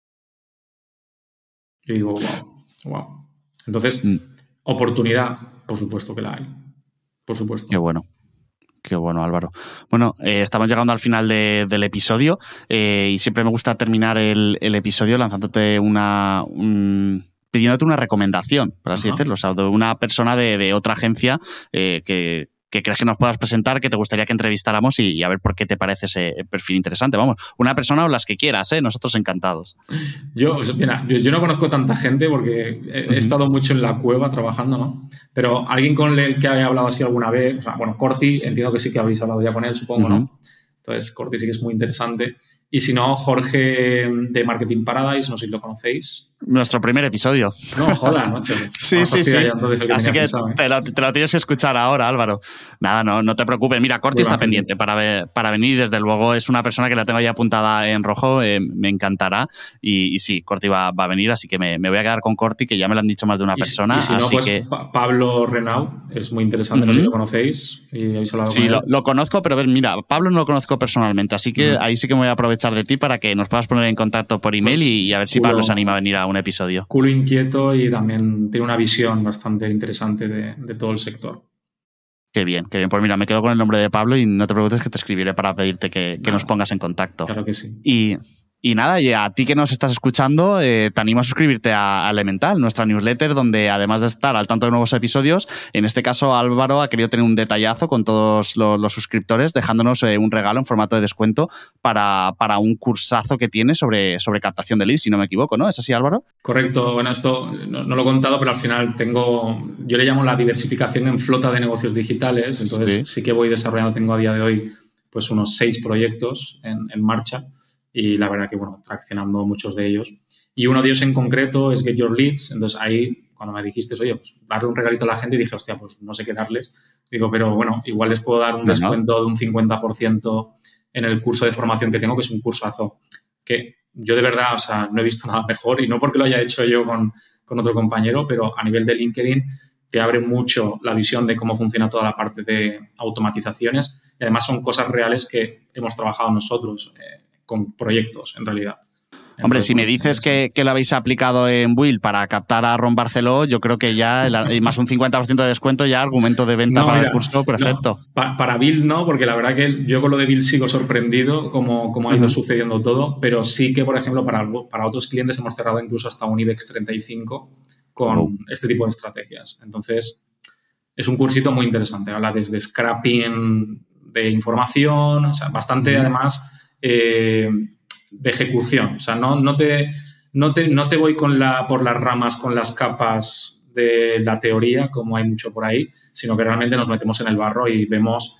Y digo, wow, wow. Entonces, mm. oportunidad, por supuesto que la hay. Por supuesto.
Qué bueno. Qué bueno, Álvaro. Bueno, eh, estamos llegando al final de, del episodio eh, y siempre me gusta terminar el, el episodio lanzándote una... Un, pidiéndote una recomendación, por así Ajá. decirlo. O sea, de una persona de, de otra agencia eh, que... que crees que nos puedas presentar, que te gustaría que entrevistáramos y, y a ver por qué te parece ese perfil interesante. Vamos, una persona o las que quieras, ¿eh? Nosotros encantados.
Yo, mira, yo, yo no conozco tanta gente porque he, uh-huh. he estado mucho en la cueva trabajando, ¿no? Pero alguien con el que haya hablado así alguna vez, o sea, bueno, Corti, entiendo que sí que habéis hablado ya con él, supongo, uh-huh. ¿no? Entonces, Corti sí que es muy interesante. Y si no, Jorge de Marketing Paradise, no sé si lo conocéis.
Nuestro primer episodio.
No, joda, macho.
sí,
Vamos
sí, sí.
Que
Así que
pensado, ¿eh?
te, lo, te lo tienes que escuchar ahora, Álvaro. Nada, no, no te preocupes. Mira, Corti está pendiente para, para venir. Desde luego es una persona que la tengo ya apuntada en rojo. Eh, me encantará. Y, y sí, Corti va, va a venir, así que me, me voy a quedar con Corti, que ya me lo han dicho más de una
y,
persona.
Y si no,
así
pues
que...
pa- Pablo Renau es muy interesante. Uh-huh. No sé si lo conocéis. Y habéis hablado
sí,
con él.
Lo, lo conozco, pero ves, mira, Pablo no lo conozco personalmente, así que uh-huh. ahí sí que me voy a aprovechar de ti para que nos puedas poner en contacto por email pues, y, y a ver si culo, Pablo se anima a venir a un episodio.
Culo inquieto y también tiene una visión bastante interesante de, de todo el sector.
Qué bien, qué bien. Pues mira, me quedo con el nombre de Pablo y no te preocupes que te escribiré para pedirte que, que nos pongas en contacto.
Claro que sí.
Y... Y nada, y a ti que nos estás escuchando, eh, te animo a suscribirte a, a Elemental, nuestra newsletter, donde además de estar al tanto de nuevos episodios, en este caso Álvaro ha querido tener un detallazo con todos los, los suscriptores, dejándonos eh, un regalo en formato de descuento para, para un cursazo que tiene sobre, sobre captación de leads, si no me equivoco, ¿no? ¿Es así, Álvaro?
Correcto. Bueno, esto no, no lo he contado, pero al final tengo, yo le llamo la diversificación en flota de negocios digitales, entonces sí, sí que voy desarrollando, tengo a día de hoy pues unos seis proyectos en, en marcha. Y la verdad que, bueno, traccionando muchos de ellos. Y uno de ellos en concreto es Get Your Leads. Entonces, ahí, cuando me dijiste, oye, pues darle un regalito a la gente, dije, hostia, pues no sé qué darles. Digo, pero bueno, igual les puedo dar un no, descuento no. de un cincuenta por ciento en el curso de formación que tengo, que es un cursazo que yo de verdad, o sea, no he visto nada mejor. Y no porque lo haya hecho yo con, con otro compañero, pero a nivel de LinkedIn te abre mucho la visión de cómo funciona toda la parte de automatizaciones. Y además son cosas reales que hemos trabajado nosotros, eh, con proyectos, en realidad.
Hombre, Entonces, si me dices que, que lo habéis aplicado en Build para captar a Ron Barceló, yo creo que ya, el, más un cincuenta por ciento de descuento, ya argumento de venta no, para mira, el curso, perfecto.
No, pa, para Build no, porque la verdad que yo con lo de Build sigo sorprendido cómo, cómo ha ido uh-huh. sucediendo todo, pero sí que, por ejemplo, para, para otros clientes hemos cerrado incluso hasta un IBEX treinta y cinco con uh-huh. este tipo de estrategias. Entonces, es un cursito muy interesante. Habla desde scrapping de información, o sea, bastante, uh-huh. además... Eh, de ejecución, o sea, no, no, te, no, te, no te voy con la, por las ramas, con las capas de la teoría, como hay mucho por ahí, sino que realmente nos metemos en el barro y vemos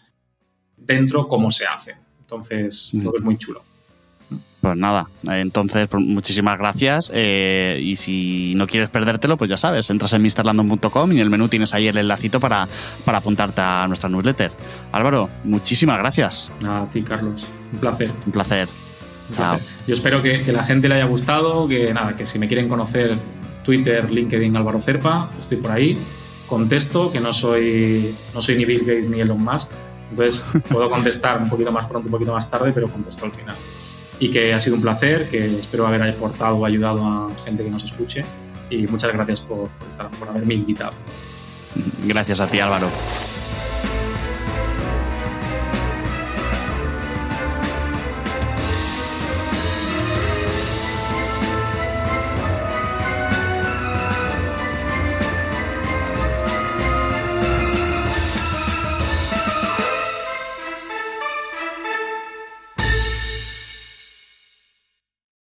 dentro cómo se hace. Entonces, mm. creo que es muy chulo.
Pues nada, entonces pues muchísimas gracias eh, y si no quieres perdértelo, pues ya sabes, entras en mister landon punto com y en el menú tienes ahí el enlacito para, para apuntarte a nuestra newsletter. Álvaro, muchísimas gracias.
A ti, Carlos. Un placer.
Un placer.
Un Chao. placer. Yo espero que, que la gente le haya gustado, que nada, que si me quieren conocer, Twitter, LinkedIn, Álvaro Cerpa, estoy por ahí. Contesto, que no soy, no soy ni Bill Gates ni Elon Musk, entonces puedo contestar un poquito más pronto, un poquito más tarde, pero contesto al final. Y que ha sido un placer, que espero haber aportado o ayudado a gente que nos escuche. Y muchas gracias por, por, estar, por haberme invitado.
Gracias a ti, Álvaro.